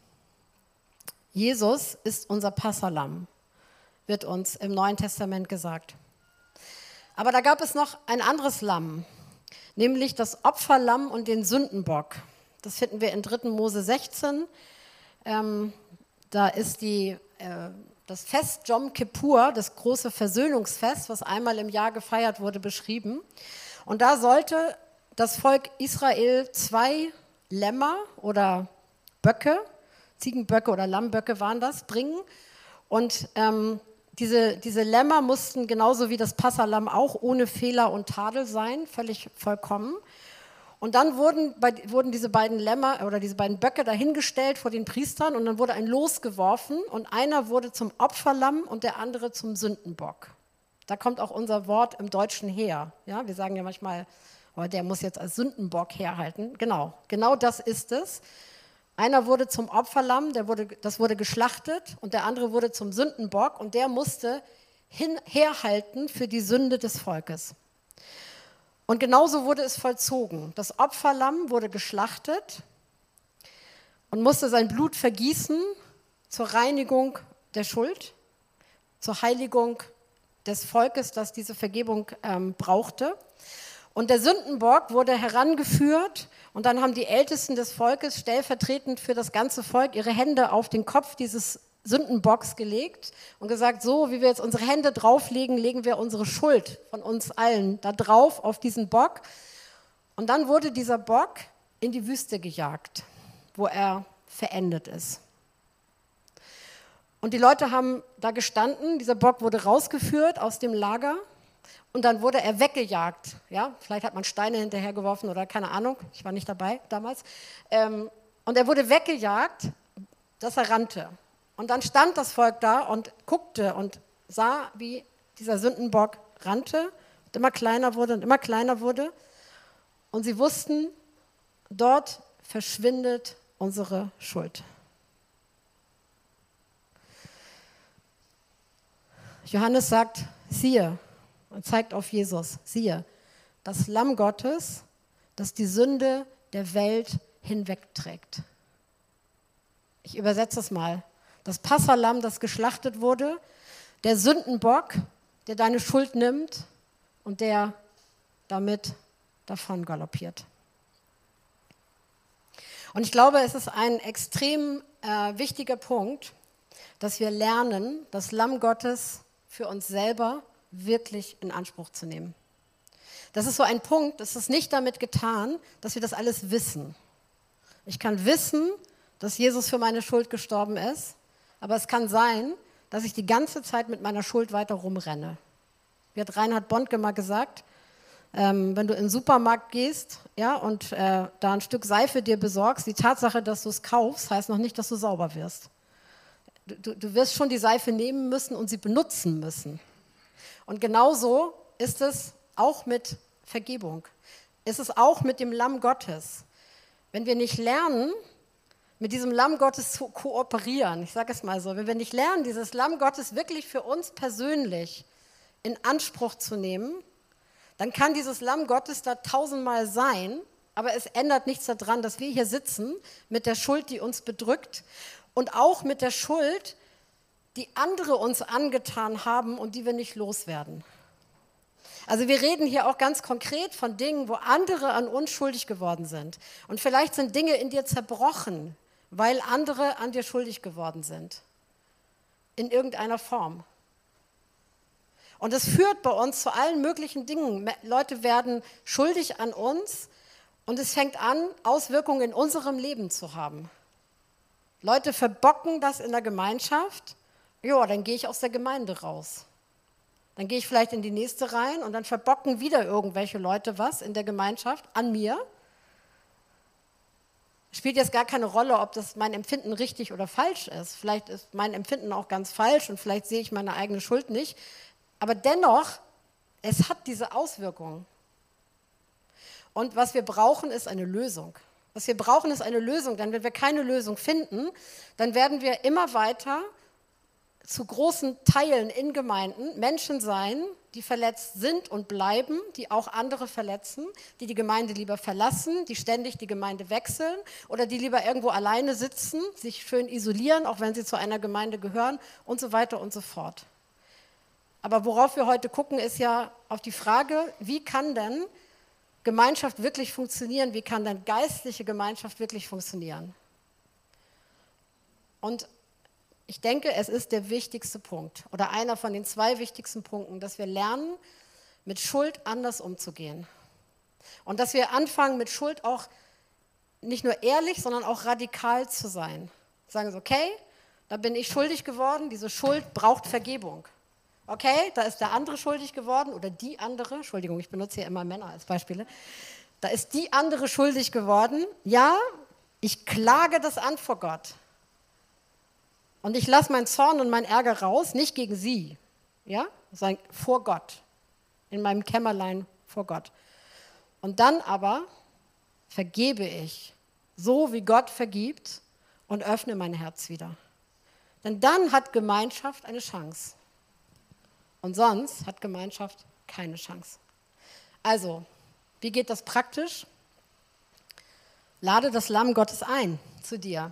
S2: Jesus ist unser Passalamm, wird uns im Neuen Testament gesagt. Aber da gab es noch ein anderes Lamm, nämlich das Opferlamm und den Sündenbock. Das finden wir in dritter Mose sechzehn. Ähm, da ist die, äh, das Fest Jom Kippur, das große Versöhnungsfest, was einmal im Jahr gefeiert wurde, beschrieben. Und da sollte das Volk Israel zwei Lämmer oder Böcke, Ziegenböcke oder Lammböcke waren das, bringen. Und ähm, diese, diese Lämmer mussten genauso wie das Passalamm auch ohne Fehler und Tadel sein, völlig vollkommen. Und dann wurden, bei, wurden diese beiden Lämmer oder diese beiden Böcke dahingestellt vor den Priestern und dann wurde ein Los geworfen und einer wurde zum Opferlamm und der andere zum Sündenbock. Da kommt auch unser Wort im Deutschen her. Ja, wir sagen ja manchmal, oh, der muss jetzt als Sündenbock herhalten. Genau, genau das ist es. Einer wurde zum Opferlamm, der wurde, das wurde geschlachtet und der andere wurde zum Sündenbock und der musste hin, herhalten für die Sünde des Volkes. Und genauso wurde es vollzogen. Das Opferlamm wurde geschlachtet und musste sein Blut vergießen zur Reinigung der Schuld, zur Heiligung des Volkes, das diese Vergebung ähm, brauchte. Und der Sündenbock wurde herangeführt und dann haben die Ältesten des Volkes stellvertretend für das ganze Volk ihre Hände auf den Kopf dieses Sündenbocks gelegt und gesagt, so wie wir jetzt unsere Hände drauflegen, legen wir unsere Schuld von uns allen da drauf auf diesen Bock. Und dann wurde dieser Bock in die Wüste gejagt, wo er verendet ist. Und die Leute haben da gestanden, dieser Bock wurde rausgeführt aus dem Lager und dann wurde er weggejagt. Ja, vielleicht hat man Steine hinterhergeworfen oder keine Ahnung, ich war nicht dabei damals. Und er wurde weggejagt, dass er rannte. Und dann stand das Volk da und guckte und sah, wie dieser Sündenbock rannte und immer kleiner wurde und immer kleiner wurde. Und sie wussten, dort verschwindet unsere Schuld. Johannes sagt, siehe, und zeigt auf Jesus, siehe, das Lamm Gottes, das die Sünde der Welt hinwegträgt. Ich übersetze es mal. Das Passalamm, das geschlachtet wurde, der Sündenbock, der deine Schuld nimmt und der damit davon galoppiert. Und ich glaube, es ist ein extrem äh, wichtiger Punkt, dass wir lernen, das Lamm Gottes für uns selber wirklich in Anspruch zu nehmen. Das ist so ein Punkt, das ist nicht damit getan, dass wir das alles wissen. Ich kann wissen, dass Jesus für meine Schuld gestorben ist, aber es kann sein, dass ich die ganze Zeit mit meiner Schuld weiter rumrenne. Wie hat Reinhard Bonnke mal gesagt, ähm, wenn du in den Supermarkt gehst, ja, und äh, da ein Stück Seife dir besorgst, die Tatsache, dass du es kaufst, heißt noch nicht, dass du sauber wirst. Du, du, du wirst schon die Seife nehmen müssen und sie benutzen müssen. Und genauso ist es auch mit Vergebung. Ist es auch mit dem Lamm Gottes. Wenn wir nicht lernen, mit diesem Lamm Gottes zu kooperieren, ich sage es mal so, wenn wir nicht lernen, dieses Lamm Gottes wirklich für uns persönlich in Anspruch zu nehmen, dann kann dieses Lamm Gottes da tausendmal sein, aber es ändert nichts daran, dass wir hier sitzen mit der Schuld, die uns bedrückt und auch mit der Schuld, die andere uns angetan haben und die wir nicht loswerden. Also wir reden hier auch ganz konkret von Dingen, wo andere an uns schuldig geworden sind. Und vielleicht sind Dinge in dir zerbrochen, weil andere an dir schuldig geworden sind. In irgendeiner Form. Und das führt bei uns zu allen möglichen Dingen. Leute werden schuldig an uns und es fängt an, Auswirkungen in unserem Leben zu haben. Leute verbocken das in der Gemeinschaft. Ja, dann gehe ich aus der Gemeinde raus. Dann gehe ich vielleicht in die nächste rein und dann verbocken wieder irgendwelche Leute was in der Gemeinschaft an mir. Spielt jetzt gar keine Rolle, ob das mein Empfinden richtig oder falsch ist. Vielleicht ist mein Empfinden auch ganz falsch und vielleicht sehe ich meine eigene Schuld nicht. Aber dennoch, es hat diese Auswirkungen. Und was wir brauchen, ist eine Lösung. Was wir brauchen, ist eine Lösung. Denn wenn wir keine Lösung finden, dann werden wir immer weiter zu großen Teilen in Gemeinden Menschen sein, die verletzt sind und bleiben, die auch andere verletzen, die die Gemeinde lieber verlassen, die ständig die Gemeinde wechseln oder die lieber irgendwo alleine sitzen, sich schön isolieren, auch wenn sie zu einer Gemeinde gehören und so weiter und so fort. Aber worauf wir heute gucken, ist ja auf die Frage, wie kann denn Gemeinschaft wirklich funktionieren, wie kann denn geistliche Gemeinschaft wirklich funktionieren? Und ich denke, es ist der wichtigste Punkt oder einer von den zwei wichtigsten Punkten, dass wir lernen, mit Schuld anders umzugehen. Und dass wir anfangen, mit Schuld auch nicht nur ehrlich, sondern auch radikal zu sein. Sagen Sie, okay, da bin ich schuldig geworden, diese Schuld braucht Vergebung. Okay, da ist der andere schuldig geworden oder die andere, Entschuldigung, ich benutze hier immer Männer als Beispiele, da ist die andere schuldig geworden. Ja, ich klage das an vor Gott. Und ich lasse meinen Zorn und meinen Ärger raus, nicht gegen sie, ja, sondern vor Gott, in meinem Kämmerlein vor Gott. Und dann aber vergebe ich, so wie Gott vergibt, und öffne mein Herz wieder. Denn dann hat Gemeinschaft eine Chance. Und sonst hat Gemeinschaft keine Chance. Also, wie geht das praktisch? Lade das Lamm Gottes ein zu dir.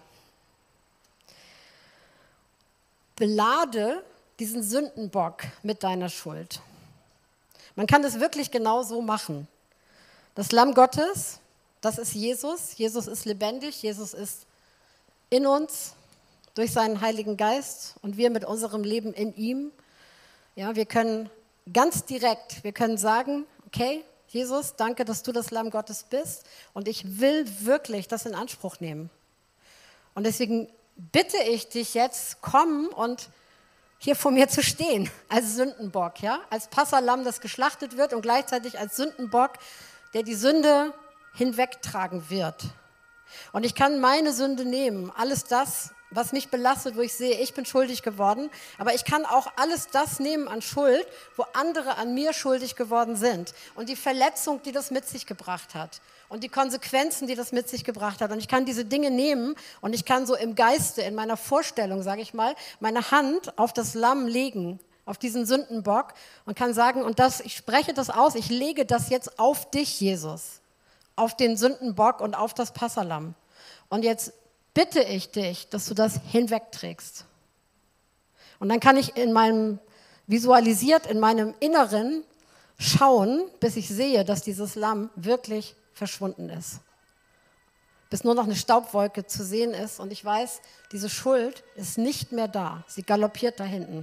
S2: Belade diesen Sündenbock mit deiner Schuld. Man kann das wirklich genau so machen. Das Lamm Gottes, das ist Jesus. Jesus ist lebendig, Jesus ist in uns durch seinen Heiligen Geist und wir mit unserem Leben in ihm. Ja, wir können ganz direkt, wir können sagen, okay, Jesus, danke, dass du das Lamm Gottes bist und ich will wirklich das in Anspruch nehmen. Und deswegen bitte ich dich jetzt, komm und hier vor mir zu stehen, als Sündenbock, ja, als Passahlamm, das geschlachtet wird und gleichzeitig als Sündenbock, der die Sünde hinwegtragen wird. Und ich kann meine Sünde nehmen, alles das, was mich belastet, wo ich sehe, ich bin schuldig geworden, aber ich kann auch alles das nehmen an Schuld, wo andere an mir schuldig geworden sind und die Verletzung, die das mit sich gebracht hat und die Konsequenzen, die das mit sich gebracht hat. Und ich kann diese Dinge nehmen und ich kann so im Geiste, in meiner Vorstellung, sage ich mal, meine Hand auf das Lamm legen, auf diesen Sündenbock und kann sagen, und das, ich spreche das aus, ich lege das jetzt auf dich, Jesus, auf den Sündenbock und auf das Passahlamm. Und jetzt bitte ich dich, dass du das hinwegträgst. Und dann kann ich in meinem, visualisiert in meinem Inneren schauen, bis ich sehe, dass dieses Lamm wirklich verschwunden ist. Bis nur noch eine Staubwolke zu sehen ist und ich weiß, diese Schuld ist nicht mehr da. Sie galoppiert da hinten.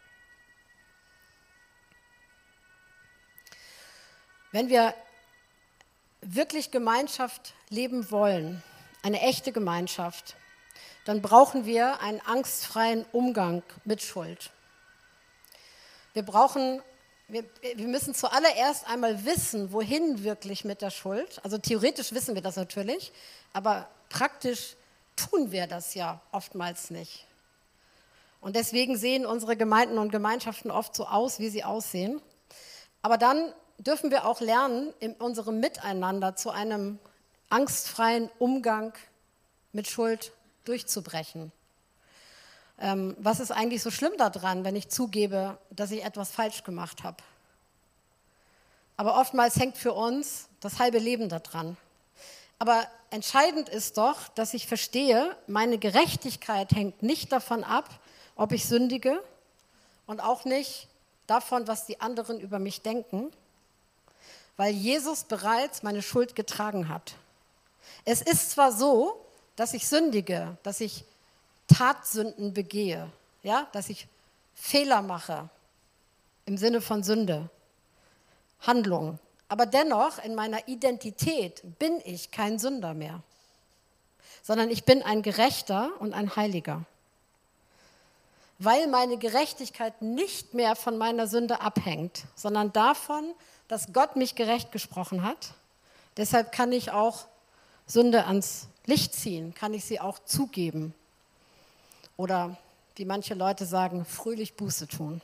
S2: Wenn wir wirklich Gemeinschaft leben wollen, eine echte Gemeinschaft, dann brauchen wir einen angstfreien Umgang mit Schuld. Wir brauchen, wir, wir müssen zuallererst einmal wissen, wohin wirklich mit der Schuld. Also theoretisch wissen wir das natürlich, aber praktisch tun wir das ja oftmals nicht. Und deswegen sehen unsere Gemeinden und Gemeinschaften oft so aus, wie sie aussehen. Aber dann dürfen wir auch lernen, in unserem Miteinander zu einem angstfreien Umgang mit Schuld durchzubrechen. Ähm, was ist eigentlich so schlimm daran, wenn ich zugebe, dass ich etwas falsch gemacht habe? Aber oftmals hängt für uns das halbe Leben daran. Aber entscheidend ist doch, dass ich verstehe, meine Gerechtigkeit hängt nicht davon ab, ob ich sündige und auch nicht davon, was die anderen über mich denken, weil Jesus bereits meine Schuld getragen hat. Es ist zwar so, dass ich sündige, dass ich Tatsünden begehe, ja, dass ich Fehler mache im Sinne von Sünde, Handlungen, aber dennoch in meiner Identität bin ich kein Sünder mehr, sondern ich bin ein Gerechter und ein Heiliger. Weil meine Gerechtigkeit nicht mehr von meiner Sünde abhängt, sondern davon, dass Gott mich gerecht gesprochen hat. Deshalb kann ich auch Sünde ans Licht ziehen, kann ich sie auch zugeben. Oder wie manche Leute sagen, fröhlich Buße tun.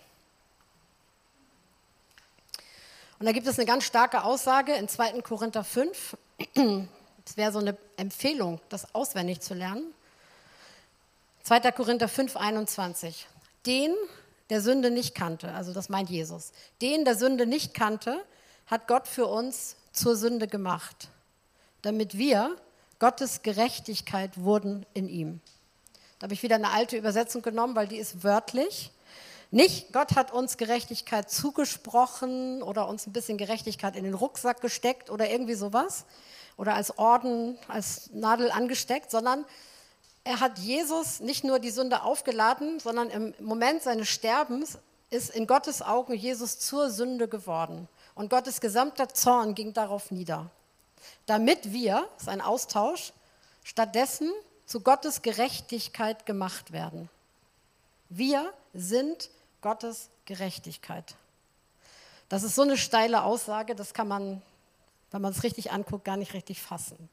S2: Und da gibt es eine ganz starke Aussage in zweiten Korinther fünf. Das wäre so eine Empfehlung, das auswendig zu lernen. zweiter Korinther fünf, einundzwanzig. Den, der Sünde nicht kannte, also das meint Jesus, den, der Sünde nicht kannte, hat Gott für uns zur Sünde gemacht, damit wir Gottes Gerechtigkeit wurden in ihm. Da habe ich wieder eine alte Übersetzung genommen, weil die ist wörtlich. Nicht, Gott hat uns Gerechtigkeit zugesprochen oder uns ein bisschen Gerechtigkeit in den Rucksack gesteckt oder irgendwie sowas oder als Orden, als Nadel angesteckt, sondern er hat Jesus nicht nur die Sünde aufgeladen, sondern im Moment seines Sterbens ist in Gottes Augen Jesus zur Sünde geworden. Und Gottes gesamter Zorn ging darauf nieder. Damit wir, das ist ein Austausch, stattdessen zu Gottes Gerechtigkeit gemacht werden. Wir sind Gottes Gerechtigkeit. Das ist so eine steile Aussage, das kann man, wenn man es richtig anguckt, gar nicht richtig fassen.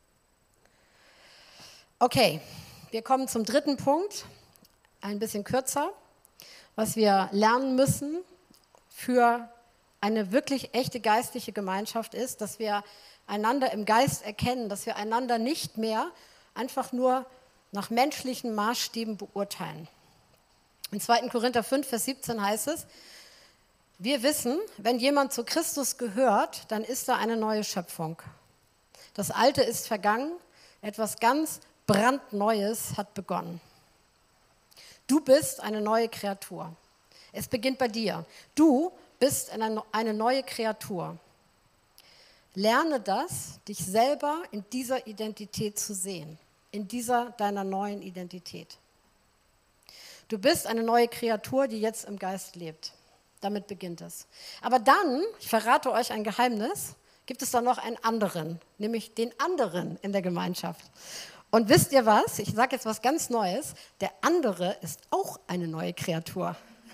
S2: Okay, wir kommen zum dritten Punkt, ein bisschen kürzer, was wir lernen müssen für eine wirklich echte geistliche Gemeinschaft ist, dass wir einander im Geist erkennen, dass wir einander nicht mehr einfach nur nach menschlichen Maßstäben beurteilen. In zweiten Korinther fünf, Vers siebzehn heißt es, wir wissen, wenn jemand zu Christus gehört, dann ist er eine neue Schöpfung. Das Alte ist vergangen, etwas ganz brandneues hat begonnen. Du bist eine neue Kreatur. Es beginnt bei dir. Du bist eine neue Kreatur. Lerne das, dich selber in dieser Identität zu sehen, in dieser deiner neuen Identität. Du bist eine neue Kreatur, die jetzt im Geist lebt. Damit beginnt es. Aber dann, ich verrate euch ein Geheimnis, gibt es dann noch einen anderen, nämlich den anderen in der Gemeinschaft. Und wisst ihr was? Ich sage jetzt was ganz Neues. Der andere ist auch eine neue Kreatur.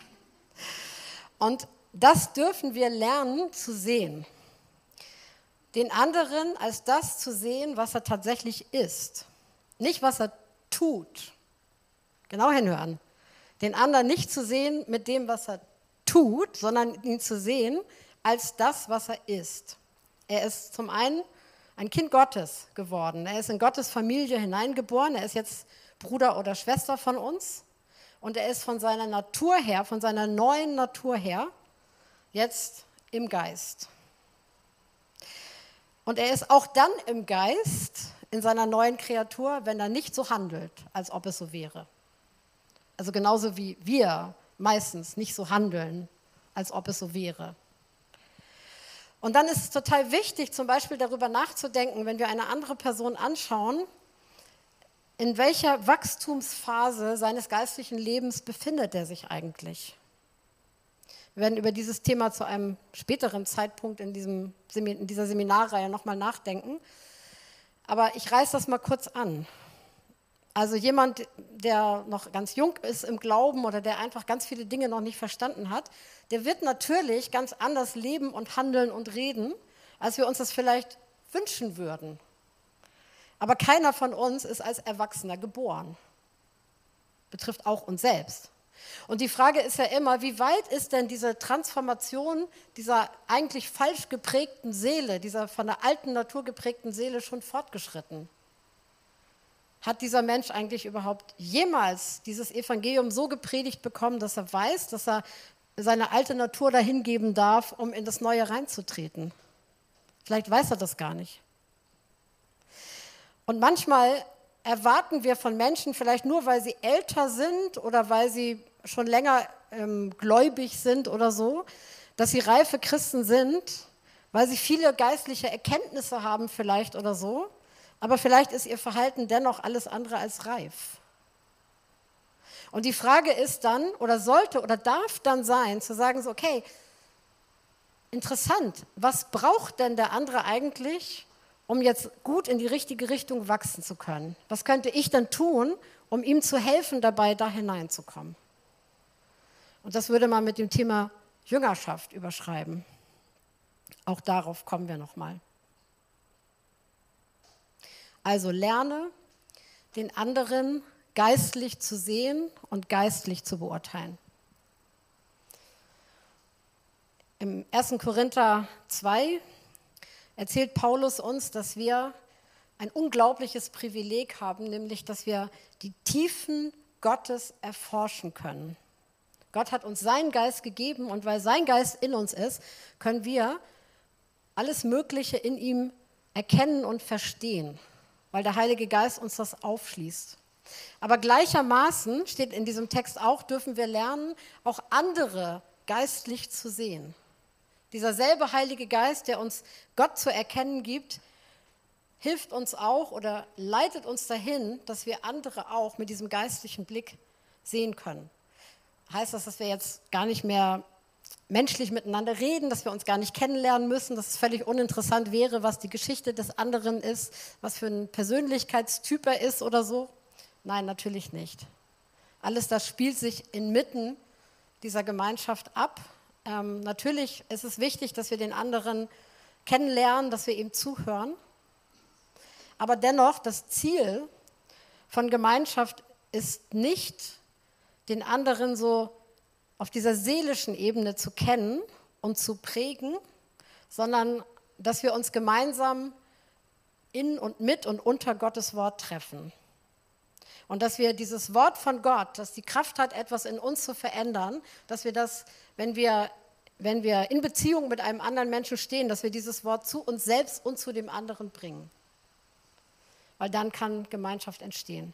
S2: Und das dürfen wir lernen zu sehen. Den anderen als das zu sehen, was er tatsächlich ist. Nicht, was er tut. Genau hinhören. Den anderen nicht zu sehen mit dem, was er tut, sondern ihn zu sehen als das, was er ist. Er ist zum einen ein Kind Gottes geworden. Er ist in Gottes Familie hineingeboren. Er ist jetzt Bruder oder Schwester von uns. Und er ist von seiner Natur her, von seiner neuen Natur her, jetzt im Geist. Und er ist auch dann im Geist, in seiner neuen Kreatur, wenn er nicht so handelt, als ob es so wäre. Also genauso wie wir meistens nicht so handeln, als ob es so wäre. Und dann ist es total wichtig, zum Beispiel darüber nachzudenken, wenn wir eine andere Person anschauen, in welcher Wachstumsphase seines geistlichen Lebens befindet er sich eigentlich? Wir werden über dieses Thema zu einem späteren Zeitpunkt in, diesem, in dieser Seminarreihe nochmal nachdenken. Aber ich reiße das mal kurz an. Also jemand, der noch ganz jung ist im Glauben oder der einfach ganz viele Dinge noch nicht verstanden hat, der wird natürlich ganz anders leben und handeln und reden, als wir uns das vielleicht wünschen würden. Aber keiner von uns ist als Erwachsener geboren. Betrifft auch uns selbst. Und die Frage ist ja immer, wie weit ist denn diese Transformation dieser eigentlich falsch geprägten Seele, dieser von der alten Natur geprägten Seele schon fortgeschritten? Hat dieser Mensch eigentlich überhaupt jemals dieses Evangelium so gepredigt bekommen, dass er weiß, dass er seine alte Natur dahin geben darf, um in das Neue reinzutreten? Vielleicht weiß er das gar nicht. Und manchmal erwarten wir von Menschen, vielleicht nur, weil sie älter sind oder weil sie schon länger ähm, gläubig sind oder so, dass sie reife Christen sind, weil sie viele geistliche Erkenntnisse haben vielleicht oder so, aber vielleicht ist ihr Verhalten dennoch alles andere als reif. Und die Frage ist dann, oder sollte oder darf dann sein, zu sagen so, okay, interessant, was braucht denn der andere eigentlich, um jetzt gut in die richtige Richtung wachsen zu können? Was könnte ich dann tun, um ihm zu helfen, dabei da hineinzukommen? Und das würde man mit dem Thema Jüngerschaft überschreiben. Auch darauf kommen wir nochmal. Also lerne, den anderen geistlich zu sehen und geistlich zu beurteilen. Im ersten Korinther zwei erzählt Paulus uns, dass wir ein unglaubliches Privileg haben, nämlich, dass wir die Tiefen Gottes erforschen können. Gott hat uns seinen Geist gegeben und weil sein Geist in uns ist, können wir alles Mögliche in ihm erkennen und verstehen, weil der Heilige Geist uns das aufschließt. Aber gleichermaßen, steht in diesem Text auch, dürfen wir lernen, auch andere geistlich zu sehen. Dieser selbe Heilige Geist, der uns Gott zu erkennen gibt, hilft uns auch oder leitet uns dahin, dass wir andere auch mit diesem geistlichen Blick sehen können. Heißt das, dass wir jetzt gar nicht mehr menschlich miteinander reden, dass wir uns gar nicht kennenlernen müssen, dass es völlig uninteressant wäre, was die Geschichte des anderen ist, was für ein Persönlichkeitstyp er ist oder so? Nein, natürlich nicht. Alles das spielt sich inmitten dieser Gemeinschaft ab. Ähm, natürlich ist es wichtig, dass wir den anderen kennenlernen, dass wir ihm zuhören. Aber dennoch, das Ziel von Gemeinschaft ist nicht, den anderen so auf dieser seelischen Ebene zu kennen und zu prägen, sondern dass wir uns gemeinsam in und mit und unter Gottes Wort treffen. Und dass wir dieses Wort von Gott, das die Kraft hat, etwas in uns zu verändern, dass wir das, wenn wir, wenn wir in Beziehung mit einem anderen Menschen stehen, dass wir dieses Wort zu uns selbst und zu dem anderen bringen. Weil dann kann Gemeinschaft entstehen.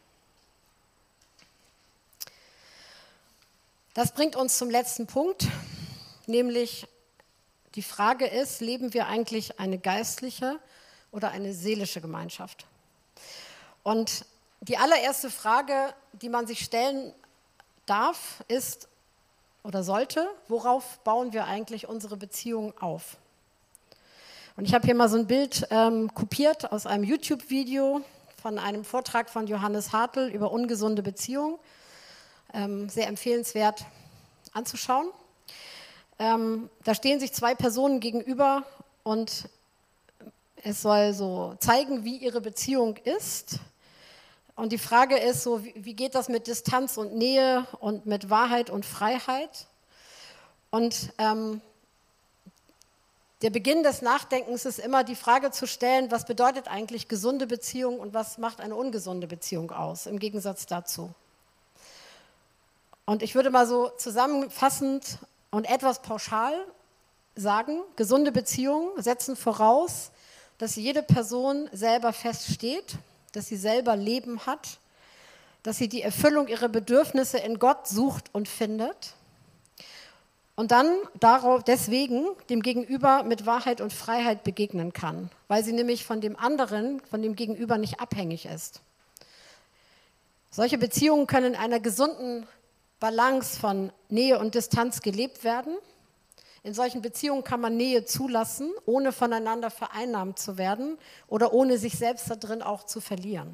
S2: Das bringt uns zum letzten Punkt, nämlich die Frage ist, leben wir eigentlich eine geistliche oder eine seelische Gemeinschaft? Und die allererste Frage, die man sich stellen darf, ist oder sollte, worauf bauen wir eigentlich unsere Beziehung auf? Und ich habe hier mal so ein Bild ähm, kopiert aus einem YouTube-Video von einem Vortrag von Johannes Hartl über ungesunde Beziehungen. Ähm, sehr empfehlenswert anzuschauen. Ähm, da stehen sich zwei Personen gegenüber und es soll so zeigen, wie ihre Beziehung ist. Und die Frage ist so, wie, wie geht das mit Distanz und Nähe und mit Wahrheit und Freiheit? Und ähm, der Beginn des Nachdenkens ist immer die Frage zu stellen, was bedeutet eigentlich gesunde Beziehung und was macht eine ungesunde Beziehung aus, im Gegensatz dazu. Und ich würde mal so zusammenfassend und etwas pauschal sagen, gesunde Beziehungen setzen voraus, dass jede Person selber feststeht, dass sie selber Leben hat, dass sie die Erfüllung ihrer Bedürfnisse in Gott sucht und findet und dann darauf, deswegen dem Gegenüber mit Wahrheit und Freiheit begegnen kann, weil sie nämlich von dem anderen, von dem Gegenüber nicht abhängig ist. Solche Beziehungen können in einer gesunden Balance von Nähe und Distanz gelebt werden. In solchen Beziehungen kann man Nähe zulassen, ohne voneinander vereinnahmt zu werden oder ohne sich selbst da drin auch zu verlieren.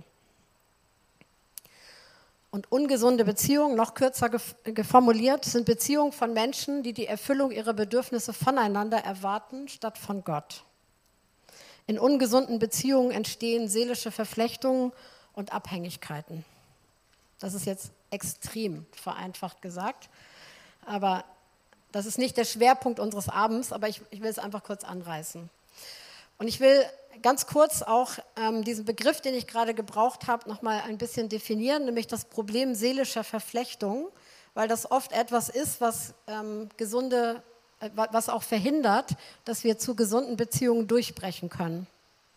S2: Und ungesunde Beziehungen, noch kürzer geformuliert, sind Beziehungen von Menschen, die die Erfüllung ihrer Bedürfnisse voneinander erwarten, statt von Gott. In ungesunden Beziehungen entstehen seelische Verflechtungen und Abhängigkeiten. Das ist jetzt extrem vereinfacht gesagt, aber das ist nicht der Schwerpunkt unseres Abends, aber ich, ich will es einfach kurz anreißen. Und ich will ganz kurz auch ähm, diesen Begriff, den ich gerade gebraucht habe, nochmal ein bisschen definieren, nämlich das Problem seelischer Verflechtung, weil das oft etwas ist, was ähm, gesunde, äh, was auch verhindert, dass wir zu gesunden Beziehungen durchbrechen können.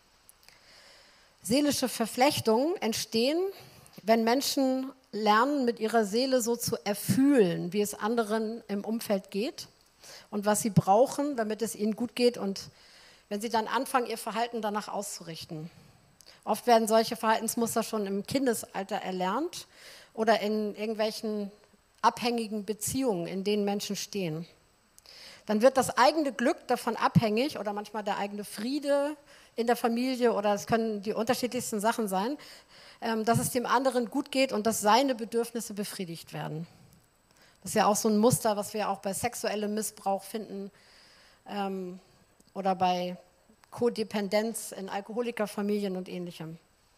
S2: Seelische Verflechtungen entstehen, wenn Menschen lernen, mit ihrer Seele so zu erfühlen, wie es anderen im Umfeld geht und was sie brauchen, damit es ihnen gut geht und wenn sie dann anfangen, ihr Verhalten danach auszurichten. Oft werden solche Verhaltensmuster schon im Kindesalter erlernt oder in irgendwelchen abhängigen Beziehungen, in denen Menschen stehen. Dann wird das eigene Glück davon abhängig oder manchmal der eigene Friede in der Familie oder es können die unterschiedlichsten Sachen sein, dass es dem anderen gut geht und dass seine Bedürfnisse befriedigt werden. Das ist ja auch so ein Muster, was wir auch bei sexuellem Missbrauch finden ähm, oder bei Kodependenz in Alkoholikerfamilien und Ähnlichem.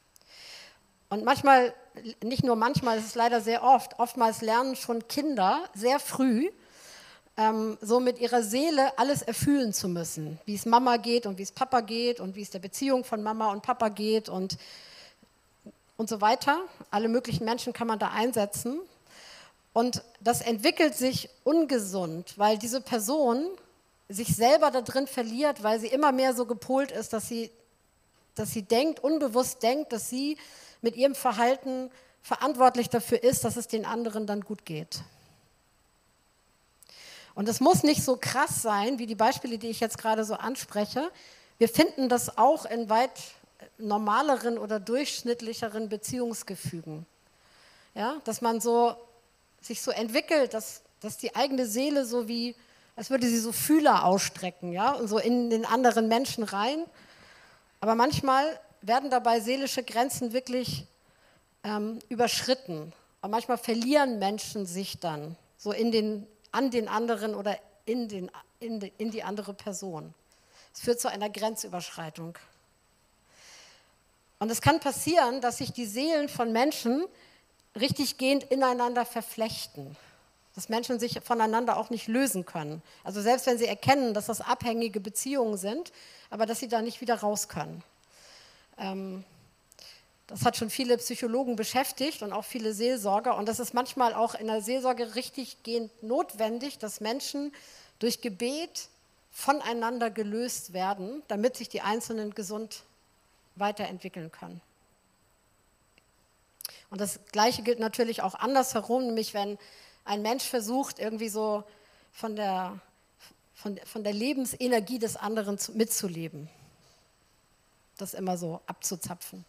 S2: Und manchmal, nicht nur manchmal, es ist leider sehr oft, oftmals lernen schon Kinder sehr früh, ähm, so mit ihrer Seele alles erfüllen zu müssen, wie es Mama geht und wie es Papa geht und wie es der Beziehung von Mama und Papa geht und und so weiter. Alle möglichen Menschen kann man da einsetzen. Und das entwickelt sich ungesund, weil diese Person sich selber da drin verliert, weil sie immer mehr so gepolt ist, dass sie, dass sie denkt, unbewusst denkt, dass sie mit ihrem Verhalten verantwortlich dafür ist, dass es den anderen dann gut geht. Und es muss nicht so krass sein, wie die Beispiele, die ich jetzt gerade so anspreche. Wir finden das auch in weit normaleren oder durchschnittlicheren Beziehungsgefügen. Ja, dass man so, sich so entwickelt, dass, dass die eigene Seele so wie, als würde sie so Fühler ausstrecken, ja, und so in den anderen Menschen rein. Aber manchmal werden dabei seelische Grenzen wirklich ähm, überschritten. Und manchmal verlieren Menschen sich dann so in den, an den anderen oder in, den, in, de, in die andere Person. Es führt zu einer Grenzüberschreitung. Und es kann passieren, dass sich die Seelen von Menschen richtiggehend ineinander verflechten. Dass Menschen sich voneinander auch nicht lösen können. Also selbst wenn sie erkennen, dass das abhängige Beziehungen sind, aber dass sie da nicht wieder raus können. Ähm, das hat schon viele Psychologen beschäftigt und auch viele Seelsorger. Und das ist manchmal auch in der Seelsorge richtiggehend notwendig, dass Menschen durch Gebet voneinander gelöst werden, damit sich die Einzelnen gesund weiterentwickeln können. Und das Gleiche gilt natürlich auch andersherum, nämlich wenn ein Mensch versucht, irgendwie so von der, von, von der Lebensenergie des anderen zu, mitzuleben. Das immer so abzuzapfen.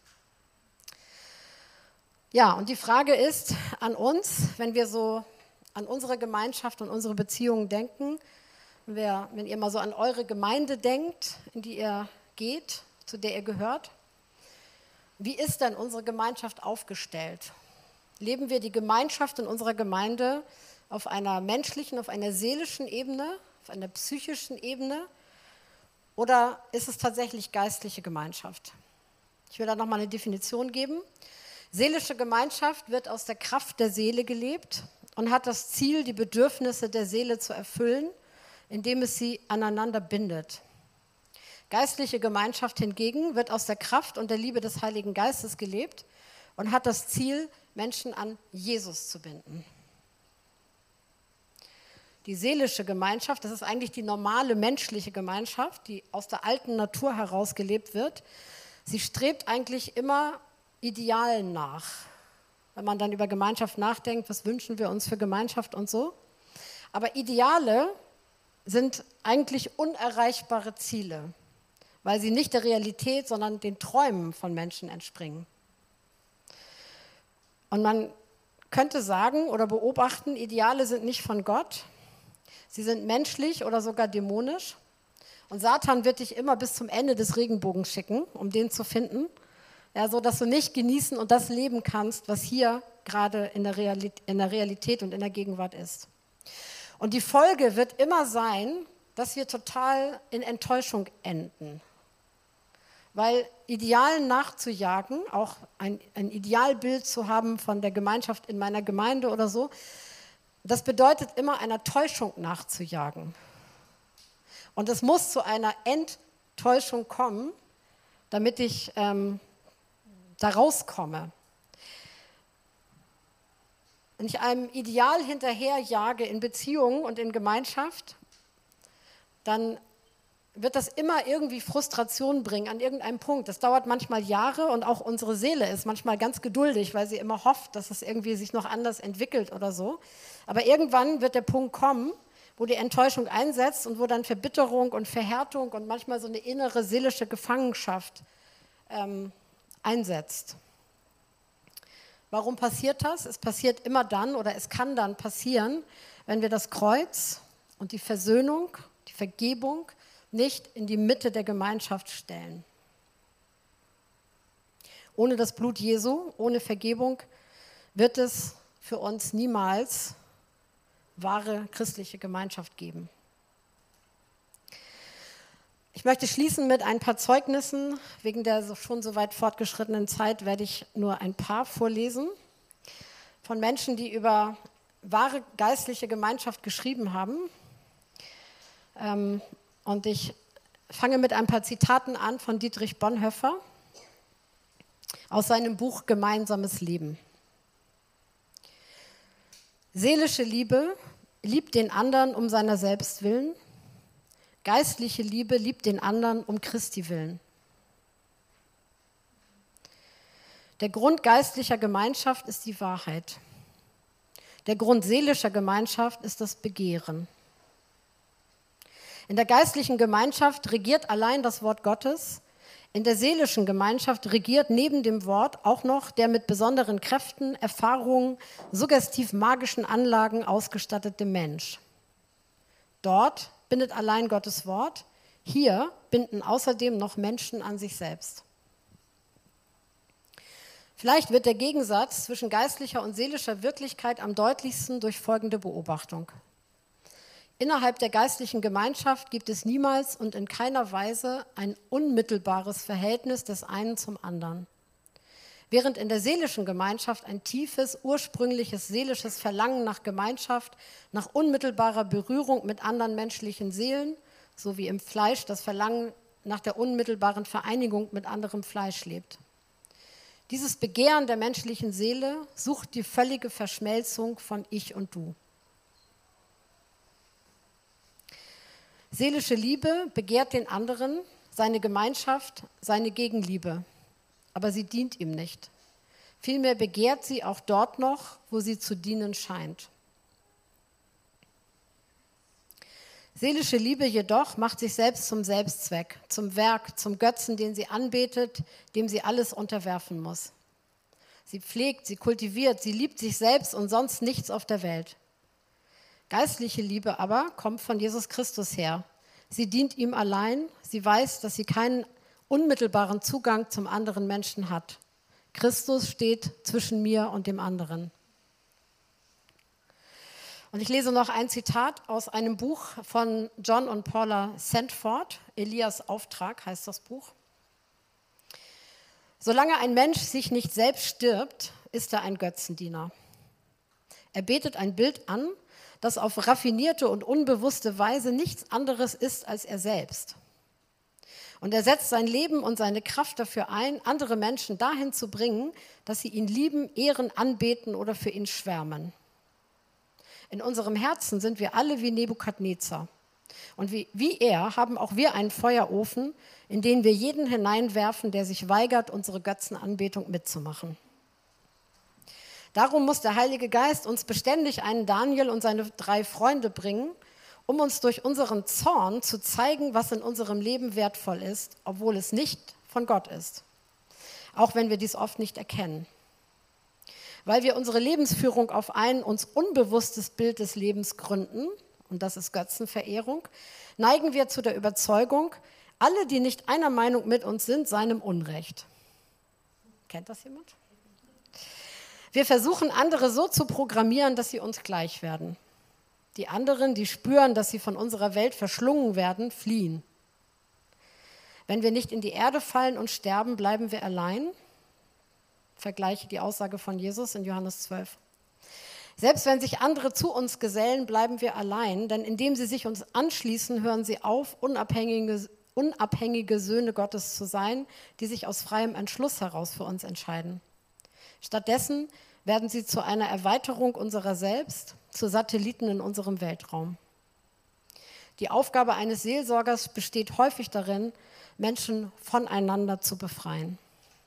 S2: Ja, und die Frage ist an uns, wenn wir so an unsere Gemeinschaft und unsere Beziehungen denken, wenn, wir, wenn ihr mal so an eure Gemeinde denkt, in die ihr geht, zu der ihr gehört, wie ist denn unsere Gemeinschaft aufgestellt? Leben wir die Gemeinschaft in unserer Gemeinde auf einer menschlichen, auf einer seelischen Ebene, auf einer psychischen Ebene oder ist es tatsächlich geistliche Gemeinschaft? Ich will da nochmal eine Definition geben. Seelische Gemeinschaft wird aus der Kraft der Seele gelebt und hat das Ziel, die Bedürfnisse der Seele zu erfüllen, indem es sie aneinander bindet. Geistliche Gemeinschaft hingegen wird aus der Kraft und der Liebe des Heiligen Geistes gelebt und hat das Ziel, Menschen an Jesus zu binden. Die seelische Gemeinschaft, das ist eigentlich die normale menschliche Gemeinschaft, die aus der alten Natur heraus gelebt wird. Sie strebt eigentlich immer Idealen nach. Wenn man dann über Gemeinschaft nachdenkt, was wünschen wir uns für Gemeinschaft und so. Aber Ideale sind eigentlich unerreichbare Ziele, weil sie nicht der Realität, sondern den Träumen von Menschen entspringen. Und man könnte sagen oder beobachten, Ideale sind nicht von Gott, sie sind menschlich oder sogar dämonisch. Und Satan wird dich immer bis zum Ende des Regenbogens schicken, um den zu finden, ja, so dass du nicht genießen und das leben kannst, was hier gerade in der Realität, in der Realität und in der Gegenwart ist. Und die Folge wird immer sein, dass wir total in Enttäuschung enden. Weil Idealen nachzujagen, auch ein, ein Idealbild zu haben von der Gemeinschaft in meiner Gemeinde oder so, das bedeutet immer einer Täuschung nachzujagen. Und es muss zu einer Enttäuschung kommen, damit ich ähm, da rauskomme. Wenn ich einem Ideal hinterherjage in Beziehungen und in Gemeinschaft, dann wird das immer irgendwie Frustration bringen an irgendeinem Punkt. Das dauert manchmal Jahre und auch unsere Seele ist manchmal ganz geduldig, weil sie immer hofft, dass es irgendwie sich noch anders entwickelt oder so. Aber irgendwann wird der Punkt kommen, wo die Enttäuschung einsetzt und wo dann Verbitterung und Verhärtung und manchmal so eine innere seelische Gefangenschaft ähm, einsetzt. Warum passiert das? Es passiert immer dann oder es kann dann passieren, wenn wir das Kreuz und die Versöhnung, die Vergebung nicht in die Mitte der Gemeinschaft stellen. Ohne das Blut Jesu, ohne Vergebung wird es für uns niemals wahre christliche Gemeinschaft geben. Ich möchte schließen mit ein paar Zeugnissen. Wegen der schon so weit fortgeschrittenen Zeit werde ich nur ein paar vorlesen von Menschen, die über wahre geistliche Gemeinschaft geschrieben haben. Ähm, Und ich fange mit ein paar Zitaten an von Dietrich Bonhoeffer aus seinem Buch Gemeinsames Leben. Seelische Liebe liebt den anderen um seiner selbst willen. Geistliche Liebe liebt den anderen um Christi willen. Der Grund geistlicher Gemeinschaft ist die Wahrheit. Der Grund seelischer Gemeinschaft ist das Begehren. In der geistlichen Gemeinschaft regiert allein das Wort Gottes. In der seelischen Gemeinschaft regiert neben dem Wort auch noch der mit besonderen Kräften, Erfahrungen, suggestiv-magischen Anlagen ausgestattete Mensch. Dort bindet allein Gottes Wort, hier binden außerdem noch Menschen an sich selbst. Vielleicht wird der Gegensatz zwischen geistlicher und seelischer Wirklichkeit am deutlichsten durch folgende Beobachtung. Innerhalb der geistlichen Gemeinschaft gibt es niemals und in keiner Weise ein unmittelbares Verhältnis des einen zum anderen. Während in der seelischen Gemeinschaft ein tiefes, ursprüngliches seelisches Verlangen nach Gemeinschaft, nach unmittelbarer Berührung mit anderen menschlichen Seelen, so wie im Fleisch das Verlangen nach der unmittelbaren Vereinigung mit anderem Fleisch lebt. Dieses Begehren der menschlichen Seele sucht die völlige Verschmelzung von Ich und Du. Seelische Liebe begehrt den anderen, seine Gemeinschaft, seine Gegenliebe, aber sie dient ihm nicht. Vielmehr begehrt sie auch dort noch, wo sie zu dienen scheint. Seelische Liebe jedoch macht sich selbst zum Selbstzweck, zum Werk, zum Götzen, den sie anbetet, dem sie alles unterwerfen muss. Sie pflegt, sie kultiviert, sie liebt sich selbst und sonst nichts auf der Welt. Geistliche Liebe aber kommt von Jesus Christus her. Sie dient ihm allein, sie weiß, dass sie keinen unmittelbaren Zugang zum anderen Menschen hat. Christus steht zwischen mir und dem anderen. Und ich lese noch ein Zitat aus einem Buch von John und Paula Sandford, Elias Auftrag heißt das Buch. Solange ein Mensch sich nicht selbst stirbt, ist er ein Götzendiener. Er betet ein Bild an, das auf raffinierte und unbewusste Weise nichts anderes ist als er selbst. Und er setzt sein Leben und seine Kraft dafür ein, andere Menschen dahin zu bringen, dass sie ihn lieben, ehren, anbeten oder für ihn schwärmen. In unserem Herzen sind wir alle wie Nebukadnezar. Und wie, wie er haben auch wir einen Feuerofen, in den wir jeden hineinwerfen, der sich weigert, unsere Götzenanbetung mitzumachen. Darum muss der Heilige Geist uns beständig einen Daniel und seine drei Freunde bringen, um uns durch unseren Zorn zu zeigen, was in unserem Leben wertvoll ist, obwohl es nicht von Gott ist. Auch wenn wir dies oft nicht erkennen. Weil wir unsere Lebensführung auf ein uns unbewusstes Bild des Lebens gründen, und das ist Götzenverehrung, neigen wir zu der Überzeugung, alle, die nicht einer Meinung mit uns sind, seien im Unrecht. Kennt das jemand? Wir versuchen, andere so zu programmieren, dass sie uns gleich werden. Die anderen, die spüren, dass sie von unserer Welt verschlungen werden, fliehen. Wenn wir nicht in die Erde fallen und sterben, bleiben wir allein. Vergleiche die Aussage von Jesus in Johannes zwölf. Selbst wenn sich andere zu uns gesellen, bleiben wir allein, denn indem sie sich uns anschließen, hören sie auf, unabhängige, unabhängige Söhne Gottes zu sein, die sich aus freiem Entschluss heraus für uns entscheiden. Stattdessen werden sie zu einer Erweiterung unserer selbst, zu Satelliten in unserem Weltraum. Die Aufgabe eines Seelsorgers besteht häufig darin, Menschen voneinander zu befreien.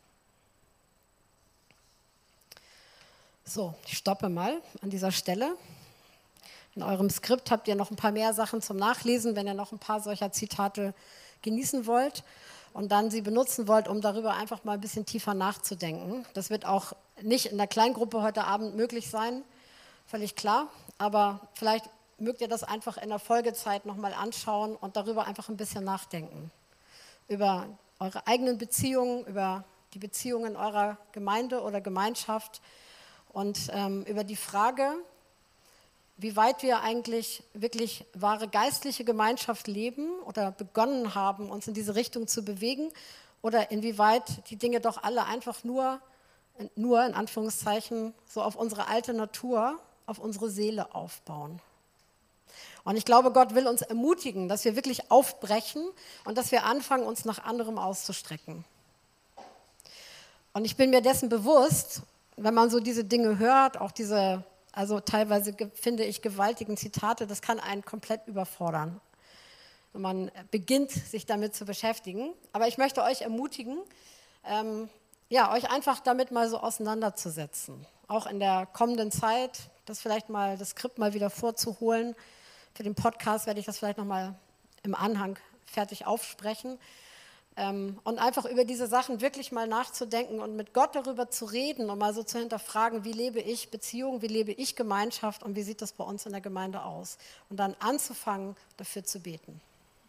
S2: So, ich stoppe mal an dieser Stelle. In eurem Skript habt ihr noch ein paar mehr Sachen zum Nachlesen, wenn ihr noch ein paar solcher Zitate genießen wollt und dann sie benutzen wollt, um darüber einfach mal ein bisschen tiefer nachzudenken. Das wird auch nicht in der Kleingruppe heute Abend möglich sein, völlig klar, aber vielleicht mögt ihr das einfach in der Folgezeit nochmal anschauen und darüber einfach ein bisschen nachdenken. Über eure eigenen Beziehungen, über die Beziehungen eurer Gemeinde oder Gemeinschaft und ähm, über die Frage, wie weit wir eigentlich wirklich wahre geistliche Gemeinschaft leben oder begonnen haben, uns in diese Richtung zu bewegen oder inwieweit die Dinge doch alle einfach nur, nur in Anführungszeichen, so auf unsere alte Natur, auf unsere Seele aufbauen. Und ich glaube, Gott will uns ermutigen, dass wir wirklich aufbrechen und dass wir anfangen, uns nach anderem auszustrecken. Und ich bin mir dessen bewusst, wenn man so diese Dinge hört, auch diese, also teilweise finde ich gewaltigen Zitate, das kann einen komplett überfordern, wenn man beginnt, sich damit zu beschäftigen. Aber ich möchte euch ermutigen, ähm, ja, euch einfach damit mal so auseinanderzusetzen. Auch in der kommenden Zeit, das vielleicht mal, das Skript mal wieder vorzuholen. Für den Podcast werde ich das vielleicht nochmal im Anhang fertig aufsprechen. Ähm, und einfach über diese Sachen wirklich mal nachzudenken und mit Gott darüber zu reden und mal so zu hinterfragen, wie lebe ich Beziehung, wie lebe ich Gemeinschaft und wie sieht das bei uns in der Gemeinde aus? Und dann anzufangen, dafür zu beten.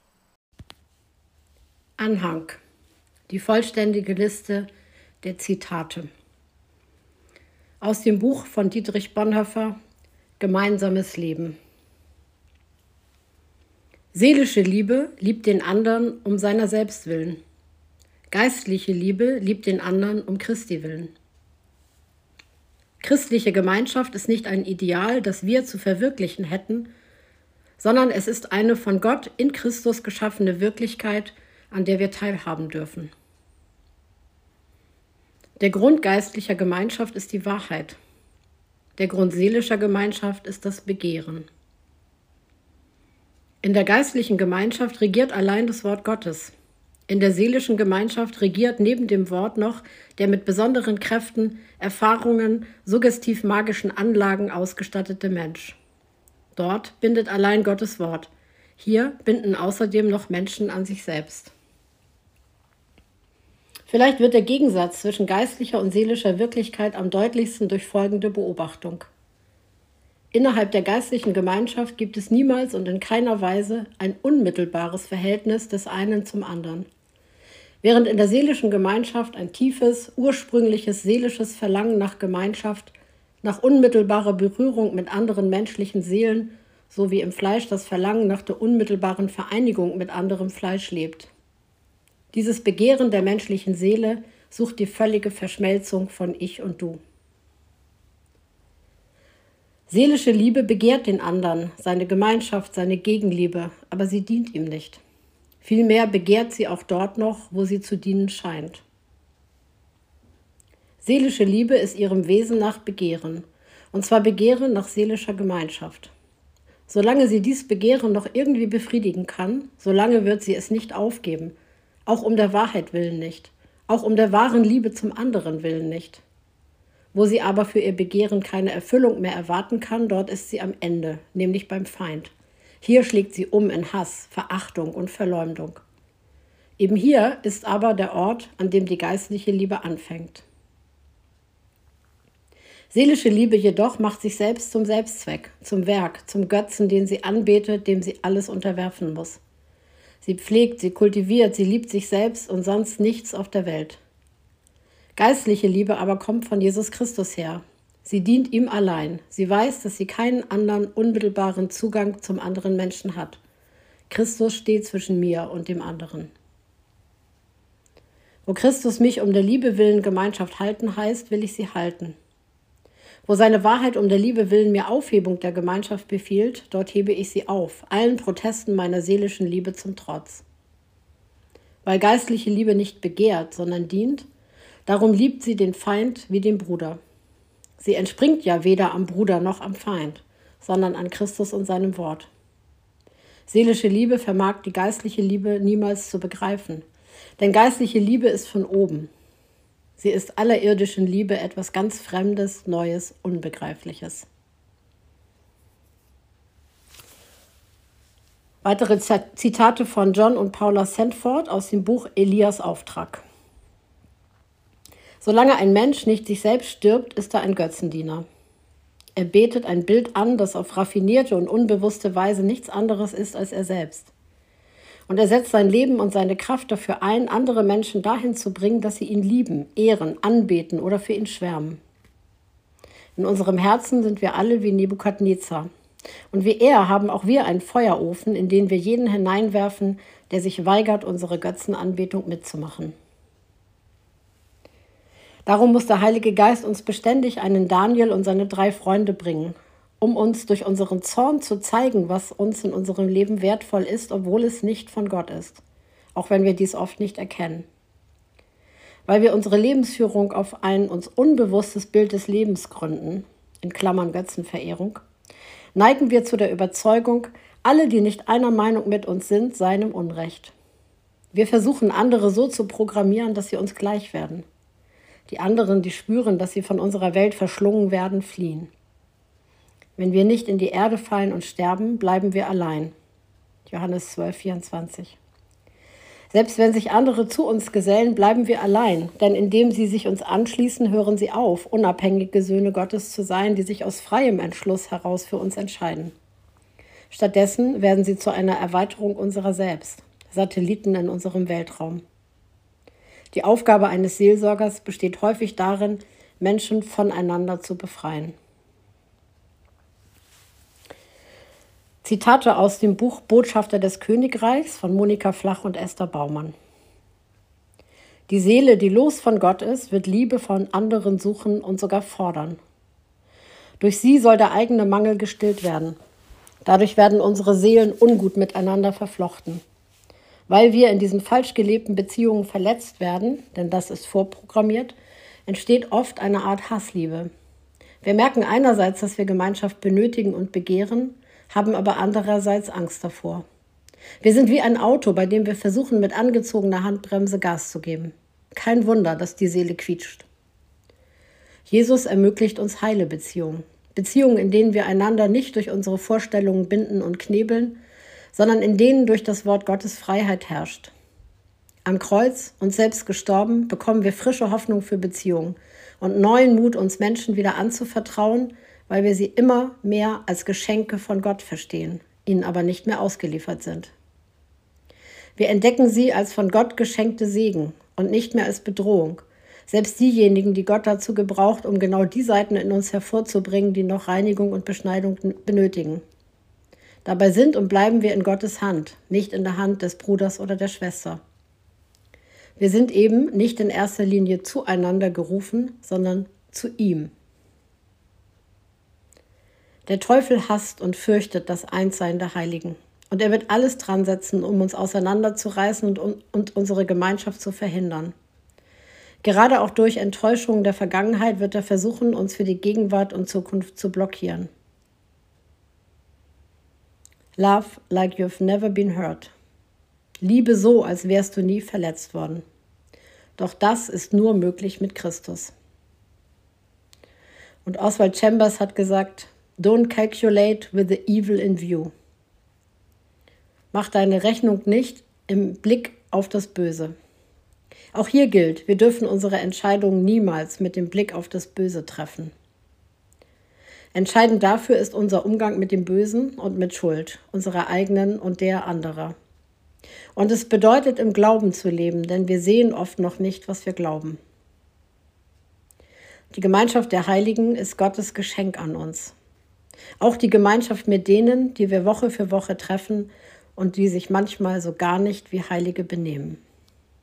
S2: Anhang. Die vollständige Liste der Zitate. Aus dem Buch von Dietrich Bonhoeffer, Gemeinsames Leben. Seelische Liebe liebt den anderen um seiner selbst willen. Geistliche Liebe liebt den anderen um Christi willen. Christliche Gemeinschaft ist nicht ein Ideal, das wir zu verwirklichen hätten, sondern es ist eine von Gott in Christus geschaffene Wirklichkeit, an der wir teilhaben dürfen. Der Grund geistlicher Gemeinschaft ist die Wahrheit. Der Grund seelischer Gemeinschaft ist das Begehren. In der geistlichen Gemeinschaft regiert allein das Wort Gottes. In der seelischen Gemeinschaft regiert neben dem Wort noch der mit besonderen Kräften, Erfahrungen, suggestiv-magischen Anlagen ausgestattete Mensch. Dort bindet allein Gottes Wort. Hier binden außerdem noch Menschen an sich selbst. Vielleicht wird der Gegensatz zwischen geistlicher und seelischer Wirklichkeit am deutlichsten durch folgende Beobachtung. Innerhalb der geistlichen Gemeinschaft gibt es niemals und in keiner Weise ein unmittelbares Verhältnis des einen zum anderen. Während in der seelischen Gemeinschaft ein tiefes, ursprüngliches seelisches Verlangen nach Gemeinschaft, nach unmittelbarer Berührung mit anderen menschlichen Seelen, so wie im Fleisch das Verlangen nach der unmittelbaren Vereinigung mit anderem Fleisch lebt. Dieses Begehren der menschlichen Seele sucht die völlige Verschmelzung von Ich und Du. Seelische Liebe begehrt den anderen, seine Gemeinschaft, seine Gegenliebe, aber sie dient ihm nicht. Vielmehr begehrt sie auch dort noch, wo sie zu dienen scheint. Seelische Liebe ist ihrem Wesen nach Begehren, und zwar Begehren nach seelischer Gemeinschaft. Solange sie dies Begehren noch irgendwie befriedigen kann, solange wird sie es nicht aufgeben, auch um der Wahrheit willen nicht, auch um der wahren Liebe zum anderen willen nicht. Wo sie aber für ihr Begehren keine Erfüllung mehr erwarten kann, dort ist sie am Ende, nämlich beim Feind. Hier schlägt sie um in Hass, Verachtung und Verleumdung. Eben hier ist aber der Ort, an dem die geistliche Liebe anfängt. Seelische Liebe jedoch macht sich selbst zum Selbstzweck, zum Werk, zum Götzen, den sie anbetet, dem sie alles unterwerfen muss. Sie pflegt, sie kultiviert, sie liebt sich selbst und sonst nichts auf der Welt. Geistliche Liebe aber kommt von Jesus Christus her. Sie dient ihm allein. Sie weiß, dass sie keinen anderen unmittelbaren Zugang zum anderen Menschen hat. Christus steht zwischen mir und dem anderen. Wo Christus mich um der Liebe willen Gemeinschaft halten heißt, will ich sie halten. Wo seine Wahrheit um der Liebe willen mir Aufhebung der Gemeinschaft befiehlt, dort hebe ich sie auf, allen Protesten meiner seelischen Liebe zum Trotz. Weil geistliche Liebe nicht begehrt, sondern dient, darum liebt sie den Feind wie den Bruder. Sie entspringt ja weder am Bruder noch am Feind, sondern an Christus und seinem Wort. Seelische Liebe vermag die geistliche Liebe niemals zu begreifen, denn geistliche Liebe ist von oben. Sie ist aller irdischen Liebe etwas ganz Fremdes, Neues, Unbegreifliches. Weitere Zitate von John und Paula Sandford aus dem Buch Elias Auftrag. Solange ein Mensch nicht sich selbst stirbt, ist er ein Götzendiener. Er betet ein Bild an, das auf raffinierte und unbewusste Weise nichts anderes ist als er selbst. Und er setzt sein Leben und seine Kraft dafür ein, andere Menschen dahin zu bringen, dass sie ihn lieben, ehren, anbeten oder für ihn schwärmen. In unserem Herzen sind wir alle wie Nebukadnezar. Und wie er haben auch wir einen Feuerofen, in den wir jeden hineinwerfen, der sich weigert, unsere Götzenanbetung mitzumachen. Darum muss der Heilige Geist uns beständig einen Daniel und seine drei Freunde bringen, um uns durch unseren Zorn zu zeigen, was uns in unserem Leben wertvoll ist, obwohl es nicht von Gott ist, auch wenn wir dies oft nicht erkennen. Weil wir unsere Lebensführung auf ein uns unbewusstes Bild des Lebens gründen, in Klammern Götzenverehrung, neigen wir zu der Überzeugung, alle, die nicht einer Meinung mit uns sind, seien im Unrecht. Wir versuchen, andere so zu programmieren, dass sie uns gleich werden. Die anderen, die spüren, dass sie von unserer Welt verschlungen werden, fliehen. Wenn wir nicht in die Erde fallen und sterben, bleiben wir allein. Johannes zwölf, vierundzwanzig. Selbst wenn sich andere zu uns gesellen, bleiben wir allein, denn indem sie sich uns anschließen, hören sie auf, unabhängige Söhne Gottes zu sein, die sich aus freiem Entschluss heraus für uns entscheiden. Stattdessen werden sie zu einer Erweiterung unserer selbst, Satelliten in unserem Weltraum. Die Aufgabe eines Seelsorgers besteht häufig darin, Menschen voneinander zu befreien. Zitate aus dem Buch Botschafter des Königreichs von Monika Flach und Esther Baumann. Die Seele, die los von Gott ist, wird Liebe von anderen suchen und sogar fordern. Durch sie soll der eigene Mangel gestillt werden. Dadurch werden unsere Seelen ungut miteinander verflochten. Weil wir in diesen falsch gelebten Beziehungen verletzt werden, denn das ist vorprogrammiert, entsteht oft eine Art Hassliebe. Wir merken einerseits, dass wir Gemeinschaft benötigen und begehren, haben aber andererseits Angst davor. Wir sind wie ein Auto, bei dem wir versuchen, mit angezogener Handbremse Gas zu geben. Kein Wunder, dass die Seele quietscht. Jesus ermöglicht uns heile Beziehungen. Beziehungen, in denen wir einander nicht durch unsere Vorstellungen binden und knebeln, sondern in denen durch das Wort Gottes Freiheit herrscht. Am Kreuz, uns selbst gestorben, bekommen wir frische Hoffnung für Beziehungen und neuen Mut, uns Menschen wieder anzuvertrauen, weil wir sie immer mehr als Geschenke von Gott verstehen, ihnen aber nicht mehr ausgeliefert sind. Wir entdecken sie als von Gott geschenkte Segen und nicht mehr als Bedrohung. Selbst diejenigen, die Gott dazu gebraucht, um genau die Seiten in uns hervorzubringen, die noch Reinigung und Beschneidung benötigen. Dabei sind und bleiben wir in Gottes Hand, nicht in der Hand des Bruders oder der Schwester. Wir sind eben nicht in erster Linie zueinander gerufen, sondern zu ihm. Der Teufel hasst und fürchtet das Einssein der Heiligen. Und er wird alles dran setzen, um uns auseinanderzureißen und, und unsere Gemeinschaft zu verhindern. Gerade auch durch Enttäuschungen der Vergangenheit wird er versuchen, uns für die Gegenwart und Zukunft zu blockieren. Love like you've never been hurt. Liebe so, als wärst du nie verletzt worden. Doch das ist nur möglich mit Christus. Und Oswald Chambers hat gesagt, Don't calculate with the evil in view. Mach deine Rechnung nicht im Blick auf das Böse. Auch hier gilt, wir dürfen unsere Entscheidungen niemals mit dem Blick auf das Böse treffen. Entscheidend dafür ist unser Umgang mit dem Bösen und mit Schuld, unserer eigenen und der anderer. Und es bedeutet, im Glauben zu leben, denn wir sehen oft noch nicht, was wir glauben. Die Gemeinschaft der Heiligen ist Gottes Geschenk an uns. Auch die Gemeinschaft mit denen, die wir Woche für Woche treffen und die sich manchmal so gar nicht wie Heilige benehmen.